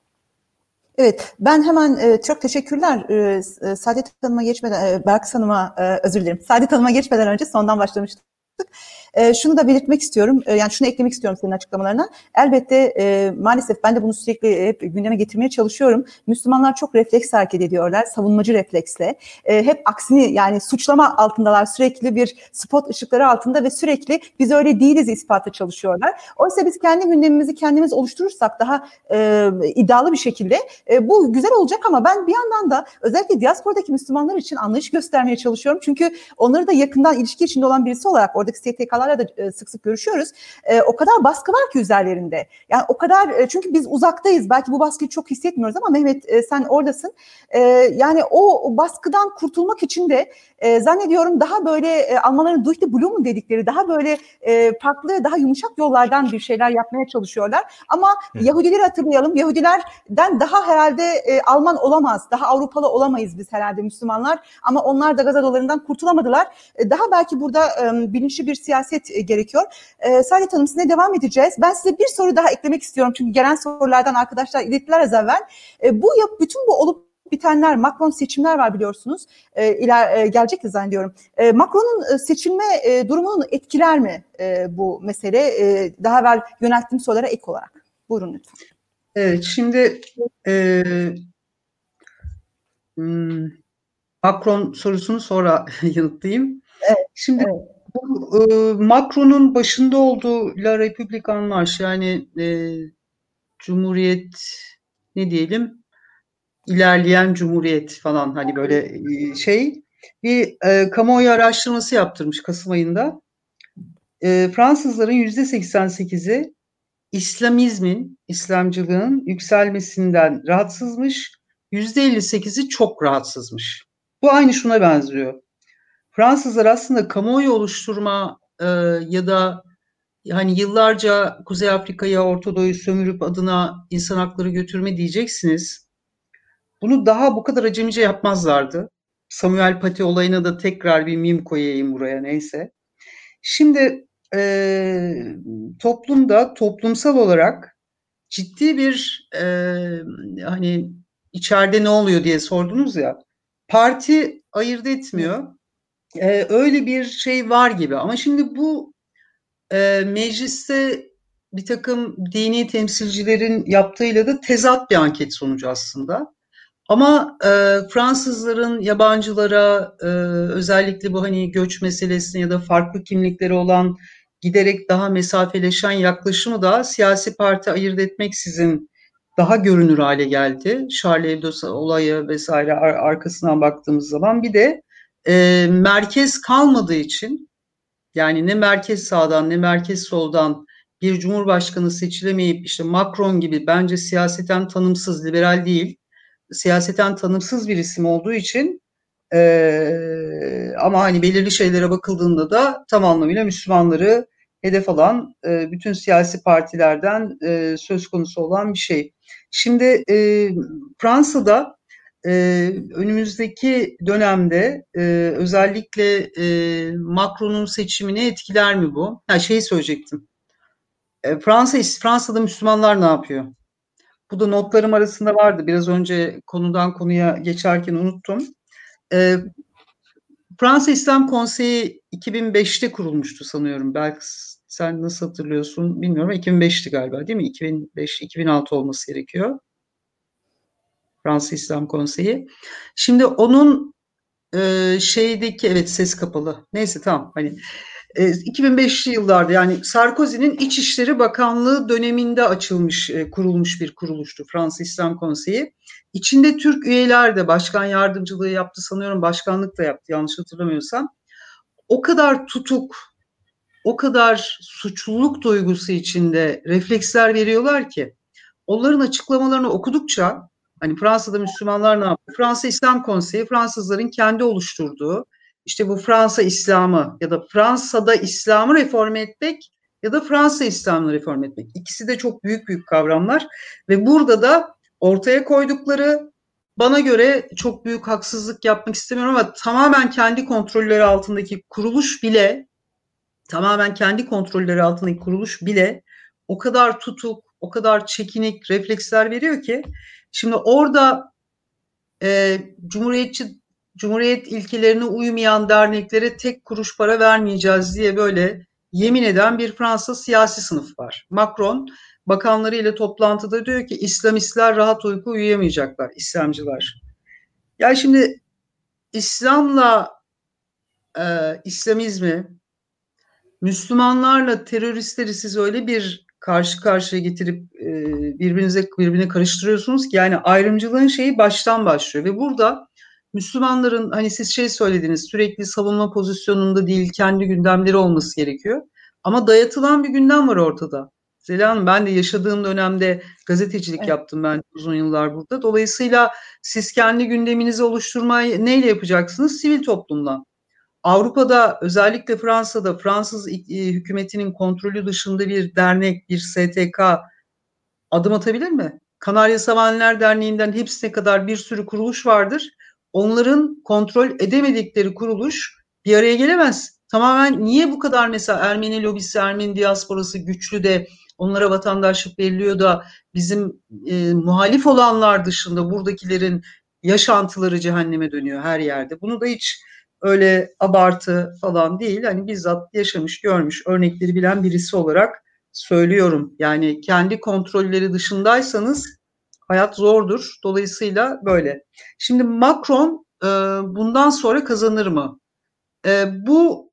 Evet, ben hemen e, çok teşekkürler. E, Saadet Hanım'a geçmeden, e, Belkıs Hanım'a e, özür dilerim. Saadet Hanım'a geçmeden önce sondan başlamıştık. E, şunu da belirtmek istiyorum, e, yani şunu eklemek istiyorum senin açıklamalarına. Elbette e, maalesef ben de bunu sürekli hep gündeme getirmeye çalışıyorum. Müslümanlar çok refleks hareket ediyorlar, savunmacı refleksle. E, hep aksini yani suçlama altındalar, sürekli bir spot ışıkları altında ve sürekli biz öyle değiliz ispatı çalışıyorlar. Oysa biz kendi gündemimizi kendimiz oluşturursak daha e, iddialı bir şekilde e, bu güzel olacak ama ben bir yandan da özellikle diasporadaki Müslümanlar için anlayış göstermeye çalışıyorum. Çünkü onları da yakından ilişki içinde olan birisi olarak oradaki S T K'lar Amerikalılarla da e, sık sık görüşüyoruz. E, o kadar baskı var ki üzerlerinde. Yani o kadar e, çünkü biz uzaktayız. Belki bu baskıyı çok hissetmiyoruz ama Mehmet e, sen oradasın. E, yani o, o baskıdan kurtulmak için de e, zannediyorum daha böyle e, Almanların durch die Blumen dedikleri daha böyle e, farklı, daha yumuşak yollardan bir şeyler yapmaya çalışıyorlar. Ama Hı. Yahudileri hatırlayalım. Yahudilerden daha herhalde e, Alman olamaz. Daha Avrupalı olamayız biz herhalde Müslümanlar. Ama onlar da gaz adalarından kurtulamadılar. E, daha belki burada e, bilinçli bir siyaset e, gerekiyor. E, Saadet Hanım sizinle devam edeceğiz. Ben size bir soru daha eklemek istiyorum. Çünkü gelen sorulardan arkadaşlar ilettiler az evvel. E, bu bütün bu olup bitenler, Macron seçimler var biliyorsunuz. E, iler, e, gelecekti zannediyorum. E, Macron'un e, seçilme e, durumunu etkiler mi e, bu mesele? E, daha evvel yönelttiğim sorulara ek olarak. Buyurun lütfen. Evet, şimdi e, hmm, Macron sorusunu sonra yanıtlayayım. Evet, şimdi evet. Bu, e, Macron'un başında olduğu La République en Marche, yani e, Cumhuriyet, ne diyelim, ilerleyen Cumhuriyet falan, hani böyle e, şey bir e, kamuoyu araştırması yaptırmış Kasım ayında. E, Fransızların yüzde seksen sekizi İslamizmin, İslamcılığın yükselmesinden rahatsızmış, yüzde elli sekizi çok rahatsızmış. Bu aynı şuna benziyor. Fransızlar aslında kamuoyu oluşturma e, ya da hani yıllarca Kuzey Afrika'ya, Orta Doğu'yu sömürüp adına insan hakları götürme diyeceksiniz. Bunu daha bu kadar acemice yapmazlardı. Samuel Paty olayına da tekrar bir mim koyayım buraya, neyse. Şimdi e, toplumda, toplumsal olarak ciddi bir e, hani içeride ne oluyor diye sordunuz ya. Parti ayırt etmiyor. E, öyle bir şey var gibi. Ama şimdi bu e, mecliste bir takım dini temsilcilerin yaptığıyla da tezat bir anket sonucu aslında. Ama e, Fransızların yabancılara e, özellikle bu hani göç meselesine ya da farklı kimlikleri olan giderek daha mesafeleşen yaklaşımı da siyasi parti ayırt etmeksizin daha görünür hale geldi. Charlie Hebdo olayı vesaire ar- arkasından baktığımız zaman bir de e, merkez kalmadığı için, yani ne merkez sağdan ne merkez soldan bir cumhurbaşkanı seçilemeyip işte Macron gibi bence siyaseten tanımsız, liberal değil, siyaseten tanımsız bir isim olduğu için e, ama hani belirli şeylere bakıldığında da tam anlamıyla Müslümanları hedef alan e, bütün siyasi partilerden e, söz konusu olan bir şey. Şimdi e, Fransa'da e, önümüzdeki dönemde e, özellikle e, Macron'un seçimini etkiler mi bu? Ha, şeyi söyleyecektim. E, Fransa, Fransa'da Müslümanlar ne yapıyor? Bu da notlarım arasında vardı. Biraz önce konudan konuya geçerken unuttum. E, Fransa İslam Konseyi iki bin beşte kurulmuştu sanıyorum. Belki sen nasıl hatırlıyorsun bilmiyorum. iki bin beşti galiba, değil mi? iki bin beş iki bin altı olması gerekiyor. Fransa İslam Konseyi. Şimdi onun e, şeydeki, evet ses kapalı. Neyse tamam, hani e, iki bin beşli yıllarda, yani Sarkozy'nin İçişleri Bakanlığı döneminde açılmış, e, kurulmuş bir kuruluştu Fransa İslam Konseyi. İçinde Türk üyeler de başkan yardımcılığı yaptı sanıyorum, başkanlık da yaptı yanlış hatırlamıyorsam. O kadar tutuk, o kadar suçluluk duygusu içinde refleksler veriyorlar ki onların açıklamalarını okudukça, hani Fransa'da Müslümanlar ne yapıyor? Fransa İslam Konseyi Fransızların kendi oluşturduğu, işte bu Fransa İslamı ya da Fransa'da İslam'ı reforme etmek ya da Fransa İslam'ı reforme etmek. İkisi de çok büyük büyük kavramlar ve burada da ortaya koydukları, bana göre çok büyük haksızlık yapmak istemiyorum ama tamamen kendi kontrolleri altındaki kuruluş bile, tamamen kendi kontrolleri altındaki kuruluş bile o kadar tutuk, o kadar çekinik refleksler veriyor ki, şimdi orada e, cumhuriyetçi, cumhuriyet ilkelerine uymayan derneklere tek kuruş para vermeyeceğiz diye böyle yemin eden bir Fransız siyasi sınıf var. Macron bakanlarıyla toplantıda diyor ki İslamistler rahat uyku uyuyamayacaklar, İslamcılar. Yani şimdi İslam'la e, İslamizmi, Müslümanlarla teröristleri siz öyle bir karşı karşıya getirip e, birbirinize birbirine karıştırıyorsunuz ki, yani ayrımcılığın şeyi baştan başlıyor ve burada Müslümanların, hani siz şey söylediniz, sürekli savunma pozisyonunda değil kendi gündemleri olması gerekiyor. Ama dayatılan bir gündem var ortada. Zeliha Hanım, ben de yaşadığım dönemde gazetecilik Evet. yaptım ben uzun yıllar burada. Dolayısıyla siz kendi gündeminizi oluşturmayı neyle yapacaksınız? Sivil toplumla. Avrupa'da, özellikle Fransa'da, Fransız hükümetinin kontrolü dışında bir dernek, bir S T K adım atabilir mi? Kanarya Savanlar Derneği'nden hepsine kadar bir sürü kuruluş vardır. Onların kontrol edemedikleri kuruluş bir araya gelemez. Tamamen niye bu kadar mesela Ermeni lobisi, Ermeni diasporası güçlü de onlara vatandaşlık veriliyor da bizim e, muhalif olanlar dışında buradakilerin yaşantıları cehenneme dönüyor her yerde. Bunu da hiç öyle abartı falan değil. Hani bizzat yaşamış, görmüş, örnekleri bilen birisi olarak söylüyorum. Yani kendi kontrolleri dışındaysanız hayat zordur. Dolayısıyla böyle. Şimdi Macron e, bundan sonra kazanır mı? E, bu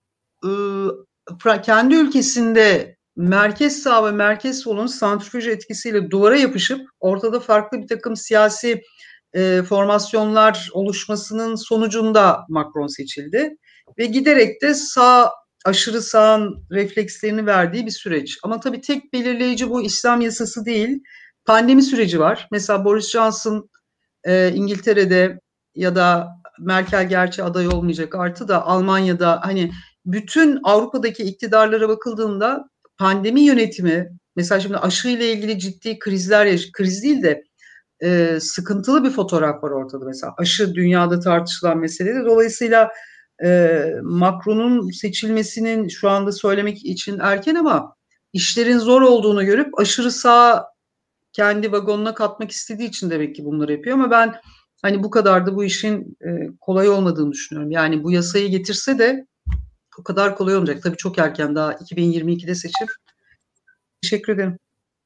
e, kendi ülkesinde merkez sağ ve merkez solun santrifüj etkisiyle duvara yapışıp ortada farklı bir takım siyasi e, formasyonlar oluşmasının sonucunda Macron seçildi. Ve giderek de sağ aşırı sağın reflekslerini verdiği bir süreç. Ama tabii tek belirleyici bu İslam yasası değil. Pandemi süreci var. Mesela Boris Johnson e, İngiltere'de ya da Merkel gerçi aday olmayacak artı da Almanya'da hani bütün Avrupa'daki iktidarlara bakıldığında pandemi yönetimi mesela şimdi aşı ile ilgili ciddi krizler, kriz değil de e, sıkıntılı bir fotoğraf var ortada mesela. Aşı dünyada tartışılan meselede. Dolayısıyla e, Macron'un seçilmesinin şu anda söylemek için erken ama işlerin zor olduğunu görüp aşırı sağ kendi vagonuna katmak istediği için demek ki bunları yapıyor ama ben hani bu kadar da bu işin e, kolay olmadığını düşünüyorum. Yani bu yasayı getirse de o kadar kolay olmayacak. Tabii çok erken, daha iki bin yirmi ikide seçim. Teşekkür ederim.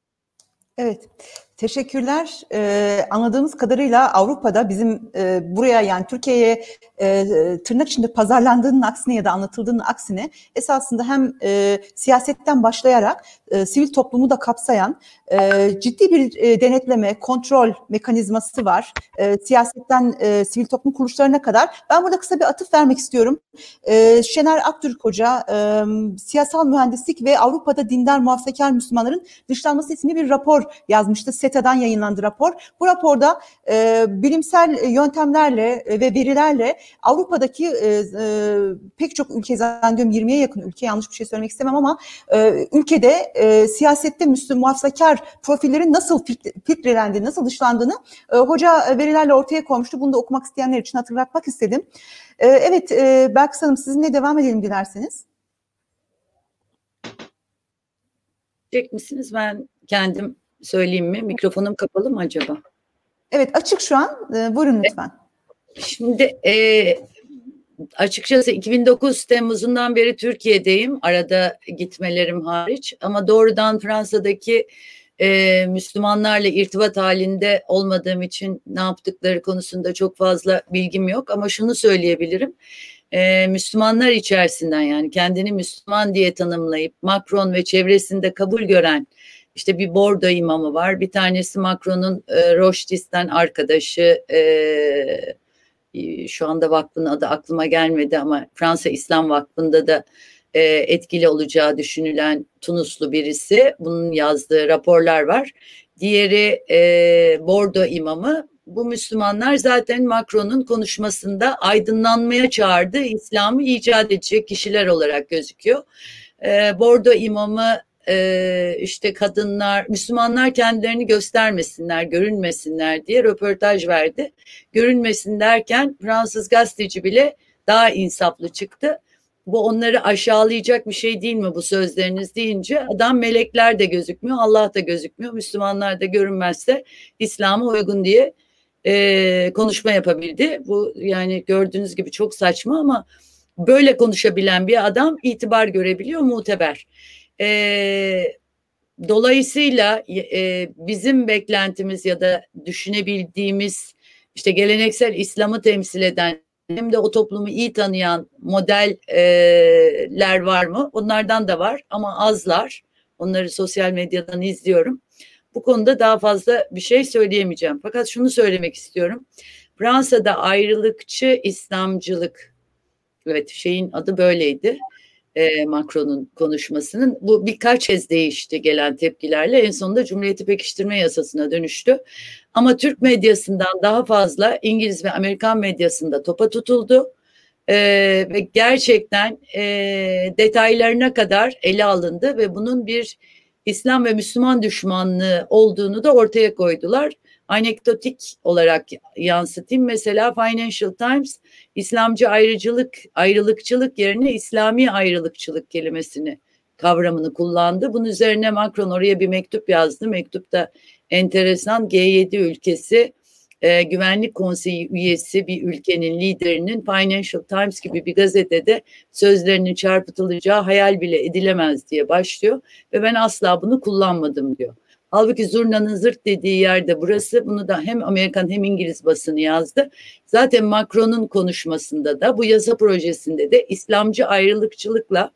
Evet, teşekkürler. Ee, anladığımız kadarıyla Avrupa'da bizim e, buraya yani Türkiye'ye e, tırnak içinde pazarlandığının aksine ya da anlatıldığının aksine esasında hem e, siyasetten başlayarak e, sivil toplumu da kapsayan e, ciddi bir e, denetleme, kontrol mekanizması var. E, siyasetten e, sivil toplum kuruluşlarına kadar. Ben burada kısa bir atıf vermek istiyorum. E, Şener Aktürk Hoca e, Siyasal Mühendislik ve Avrupa'da Dindar Muhafazakar Müslümanların Dışlanması isimli bir rapor yazmıştı. SETA'dan yayınlandı rapor. Bu raporda e, bilimsel yöntemlerle ve verilerle Avrupa'daki e, e, pek çok ülke, zannediyorum yirmiye yakın ülke, yanlış bir şey söylemek istemem ama e, ülkede e, siyasette Müslüman muhafazakar profillerin nasıl filtrelendiğini, nasıl dışlandığını e, hoca verilerle ortaya koymuştu. Bunu da okumak isteyenler için hatırlatmak istedim. E, evet, e, Belkıs Hanım, sizinle devam edelim dilerseniz. Çek misiniz? Ben kendim söyleyeyim mi? Mikrofonum kapalı mı acaba? Evet, açık şu an. E, buyurun lütfen. Şimdi e, açıkçası iki bin dokuz Temmuz'undan beri Türkiye'deyim. Arada gitmelerim hariç. Ama doğrudan Fransa'daki e, Müslümanlarla irtibat halinde olmadığım için ne yaptıkları konusunda çok fazla bilgim yok. Ama şunu söyleyebilirim. Ee, Müslümanlar içerisinden, yani kendini Müslüman diye tanımlayıp Macron ve çevresinde kabul gören işte bir Bordo imamı var. Bir tanesi Macron'un e, Rochedis'ten arkadaşı, e, şu anda vakfın adı aklıma gelmedi ama Fransa İslam Vakfı'nda da e, etkili olacağı düşünülen Tunuslu birisi. Bunun yazdığı raporlar var. Diğeri e, Bordo imamı. Bu Müslümanlar zaten Macron'un konuşmasında aydınlanmaya çağırdığı İslam'ı icat edecek kişiler olarak gözüküyor. E, Bordo imamı e, işte kadınlar, Müslümanlar kendilerini göstermesinler, görünmesinler diye röportaj verdi. Görünmesin derken Fransız gazeteci bile daha insaflı çıktı. Bu onları aşağılayacak bir şey değil mi bu sözleriniz deyince adam melekler de gözükmüyor, Allah da gözükmüyor, Müslümanlar da görünmezse İslam'a uygun diye e, konuşma yapabildi. Bu yani gördüğünüz gibi çok saçma ama böyle konuşabilen bir adam itibar görebiliyor, muteber. E, dolayısıyla e, bizim beklentimiz ya da düşünebildiğimiz işte geleneksel İslam'ı temsil eden hem de o toplumu iyi tanıyan modeller var mı? Onlardan da var ama azlar. Onları sosyal medyadan izliyorum. Bu konuda daha fazla bir şey söyleyemeyeceğim. Fakat şunu söylemek istiyorum. Fransa'da ayrılıkçı İslamcılık, evet şeyin adı böyleydi. e, Macron'un konuşmasının. Bu birkaç kez değişti gelen tepkilerle. En sonunda Cumhuriyeti pekiştirme yasasına dönüştü. Ama Türk medyasından daha fazla İngiliz ve Amerikan medyasında topa tutuldu. Ee, ve gerçekten e, detaylarına kadar ele alındı ve bunun bir İslam ve Müslüman düşmanlığı olduğunu da ortaya koydular. Anekdotik olarak yansıtayım. Mesela Financial Times İslamcı ayrıcılık, ayrılıkçılık yerine İslami ayrılıkçılık kelimesini, kavramını kullandı. Bunun üzerine Macron oraya bir mektup yazdı. Mektupta enteresan, G yedi ülkesi e, Güvenlik Konseyi üyesi bir ülkenin liderinin Financial Times gibi bir gazetede sözlerinin çarpıtılacağı hayal bile edilemez diye başlıyor ve ben asla bunu kullanmadım diyor. Halbuki zurnanın zırt dediği yerde burası. Bunu da hem Amerikan hem İngiliz basını yazdı. Zaten Macron'un konuşmasında da bu yasa projesinde de İslamcı ayrılıkçılıkla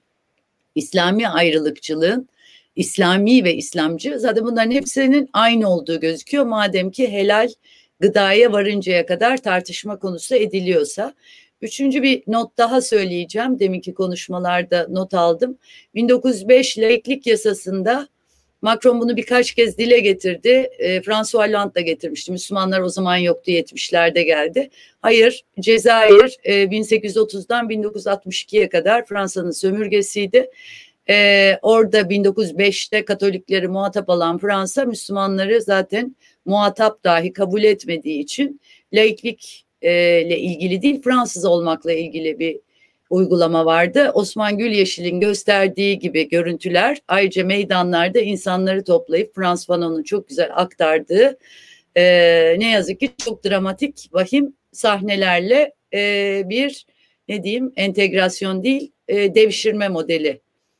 İslami ayrılıkçılığın, İslami ve İslamcı, zaten bunların hepsinin aynı olduğu gözüküyor. Madem ki helal gıdaya varıncaya kadar tartışma konusu ediliyorsa. Üçüncü bir not daha söyleyeceğim. Deminki konuşmalarda not aldım. bin dokuz yüz beş laiklik yasasında Macron bunu birkaç kez dile getirdi. E, François Hollande da getirmişti. Müslümanlar o zaman yoktu, yetmişlerde geldi. Hayır, Cezayir e, bin sekiz yüz otuzdan bin dokuz yüz altmış ikiye kadar Fransa'nın sömürgesiydi. E, orada bin dokuz yüz beşte Katolikleri muhatap alan Fransa, Müslümanları zaten muhatap dahi kabul etmediği için laiklik e, ile ilgili değil, Fransız olmakla ilgili bir uygulama vardı. Osman Gülyeşil'in gösterdiği gibi görüntüler, ayrıca meydanlarda insanları toplayıp Frans Fanon'un çok güzel aktardığı e, ne yazık ki çok dramatik, vahim sahnelerle e, bir ne diyeyim entegrasyon değil e, devşirme modeli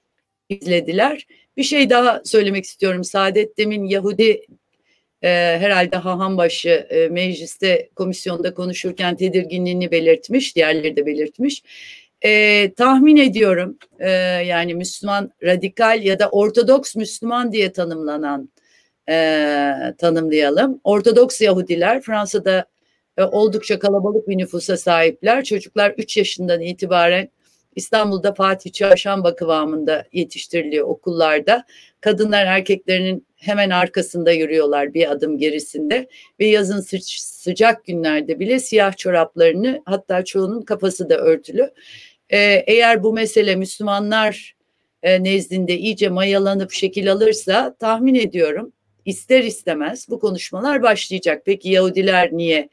izlediler. Bir şey daha söylemek istiyorum. Saadet demin Yahudi e, herhalde Hahanbaşı e, mecliste komisyonda konuşurken tedirginliğini belirtmiş, diğerleri de belirtmiş. E, tahmin ediyorum e, yani Müslüman radikal ya da Ortodoks Müslüman diye tanımlanan e, tanımlayalım. Ortodoks Yahudiler Fransa'da e, oldukça kalabalık bir nüfusa sahipler. Çocuklar üç yaşından itibaren İstanbul'da Fatih Çarşamba kıvamında yetiştiriliyor okullarda. Kadınlar erkeklerinin hemen arkasında yürüyorlar, bir adım gerisinde ve yazın sı- sıcak günlerde bile siyah çoraplarını, hatta çoğunun kafası da örtülü. Ee, eğer bu mesele Müslümanlar e, nezdinde iyice mayalanıp şekil alırsa tahmin ediyorum ister istemez bu konuşmalar başlayacak. Peki Yahudiler niye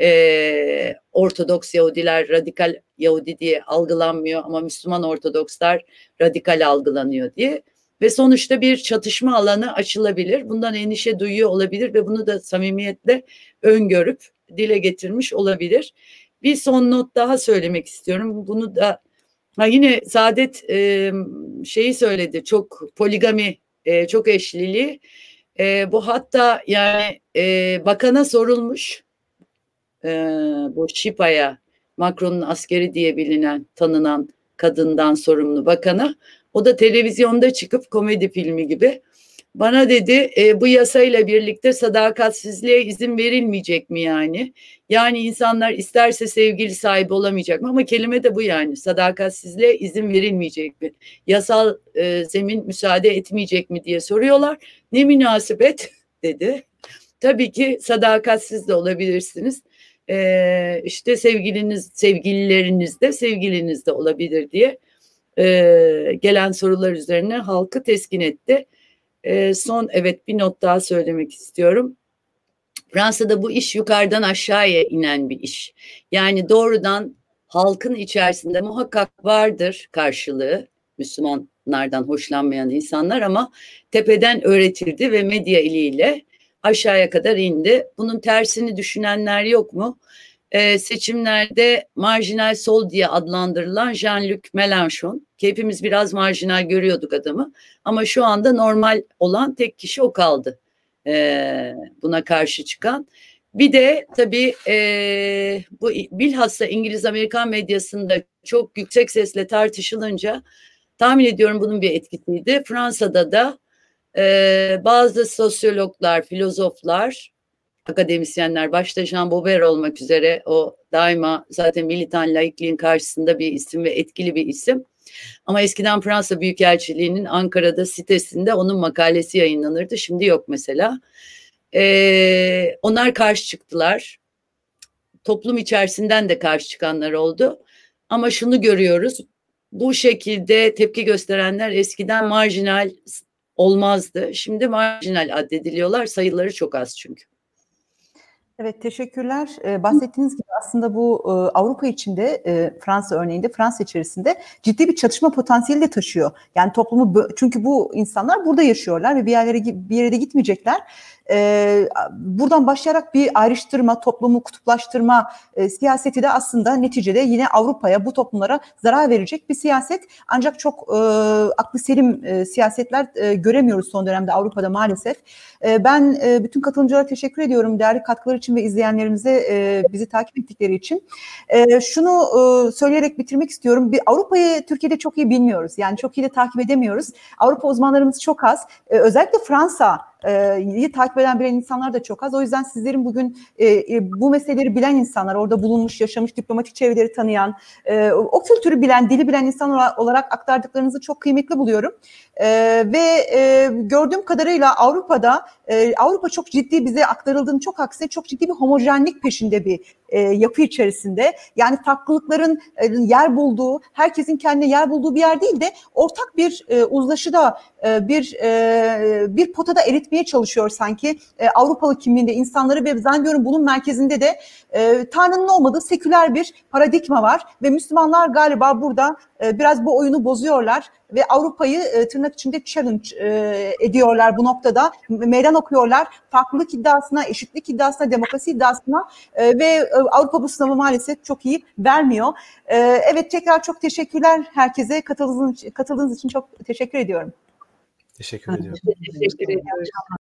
e, Ortodoks Yahudiler radikal Yahudi diye algılanmıyor ama Müslüman Ortodokslar radikal algılanıyor diye? Ve sonuçta bir çatışma alanı açılabilir. Bundan endişe duyuyor olabilir ve bunu da samimiyetle öngörüp dile getirmiş olabilir. Bir son not daha söylemek istiyorum. Bunu da ha yine Saadet e, şeyi söyledi. Çok poligami, e, çok eşliliği. E, bu hatta yani e, bakana sorulmuş. E, bu Şipa'ya, Macron'un askeri diye bilinen, tanınan kadından sorumlu bakana. O da televizyonda çıkıp komedi filmi gibi bana dedi e, bu yasayla birlikte sadakatsizliğe izin verilmeyecek mi yani? Yani insanlar isterse sevgili sahibi olamayacak mı? Ama kelime de bu yani, sadakatsizliğe izin verilmeyecek mi? Yasal e, zemin müsaade etmeyecek mi diye soruyorlar. Ne münasebet dedi. Tabii ki sadakatsiz de olabilirsiniz. E, işte sevgiliniz, sevgilileriniz de sevgiliniz de olabilir diye e, gelen sorular üzerine halkı teskin etti. E, son evet bir not daha söylemek istiyorum. Fransa'da bu iş yukarıdan aşağıya inen bir iş. Yani doğrudan halkın içerisinde muhakkak vardır karşılığı, Müslümanlardan hoşlanmayan insanlar, ama tepeden öğretildi ve medya eliyle aşağıya kadar indi. Bunun tersini düşünenler yok mu? Ee, seçimlerde marjinal sol diye adlandırılan Jean-Luc Mélenchon, ki hepimiz biraz marjinal görüyorduk adamı, ama şu anda normal olan tek kişi o kaldı ee, buna karşı çıkan. Bir de tabii e, bu bilhassa İngiliz-Amerikan medyasında çok yüksek sesle tartışılınca tahmin ediyorum bunun bir etkisiydi. Fransa'da da e, bazı sosyologlar, filozoflar, akademisyenler, başta Jean Beauvoir olmak üzere, o daima zaten militan laikliğin karşısında bir isim ve etkili bir isim. Ama eskiden Fransa Büyükelçiliği'nin Ankara'da sitesinde onun makalesi yayınlanırdı. Şimdi yok mesela. Ee, onlar karşı çıktılar. Toplum içerisinden de karşı çıkanlar oldu. Ama şunu görüyoruz. Bu şekilde tepki gösterenler eskiden marjinal olmazdı. Şimdi marjinal addediliyorlar. Sayıları çok az çünkü. Evet, teşekkürler. Ee, bahsettiğiniz gibi aslında bu e, Avrupa içinde, e, Fransa örneğinde, Fransa içerisinde ciddi bir çatışma potansiyeli de taşıyor. Yani toplumu, çünkü bu insanlar burada yaşıyorlar ve bir yerlere bir yere de gitmeyecekler. Ee, buradan başlayarak bir ayrıştırma, toplumu kutuplaştırma e, siyaseti de aslında neticede yine Avrupa'ya, bu toplumlara zarar verecek bir siyaset. Ancak çok e, aklı selim e, siyasetler e, göremiyoruz son dönemde Avrupa'da maalesef. E, ben e, bütün katılımcılara teşekkür ediyorum değerli katkıları için ve izleyenlerimize e, bizi takip ettikleri için. E, şunu e, söyleyerek bitirmek istiyorum. Bir, Avrupa'yı Türkiye'de çok iyi bilmiyoruz. Yani çok iyi de takip edemiyoruz. Avrupa uzmanlarımız çok az. E, özellikle Fransa iyi takip eden bilen insanlar da çok az. O yüzden sizlerin bugün e, bu meseleleri bilen insanlar, orada bulunmuş, yaşamış, diplomatik çevreleri tanıyan, e, o kültürü bilen, dili bilen insanlar olarak aktardıklarınızı çok kıymetli buluyorum. E, ve e, gördüğüm kadarıyla Avrupa'da, e, Avrupa çok ciddi, bize aktarıldığının çok aksine çok ciddi bir homojenlik peşinde bir e, yapı içerisinde. Yani farklılıkların e, yer bulduğu, herkesin kendine yer bulduğu bir yer değil de ortak bir e, uzlaşıda, e, bir e, bir potada eritmeye çalışıyor sanki e, Avrupalı kimliğinde insanları ve zannediyorum bunun merkezinde de e, Tanrı'nın olmadığı seküler bir paradigma var ve Müslümanlar galiba burada e, biraz bu oyunu bozuyorlar ve Avrupa'yı e, tırnak içinde challenge e, ediyorlar bu noktada, meydan okuyorlar farklılık iddiasına, eşitlik iddiasına, demokrasi iddiasına e, ve e, Avrupa bu sınavı maalesef çok iyi vermiyor. E, evet, tekrar çok teşekkürler herkese, katıldığınız, katıldığınız için çok teşekkür ediyorum. Teşekkür ediyorum. Teşekkür ediyorum.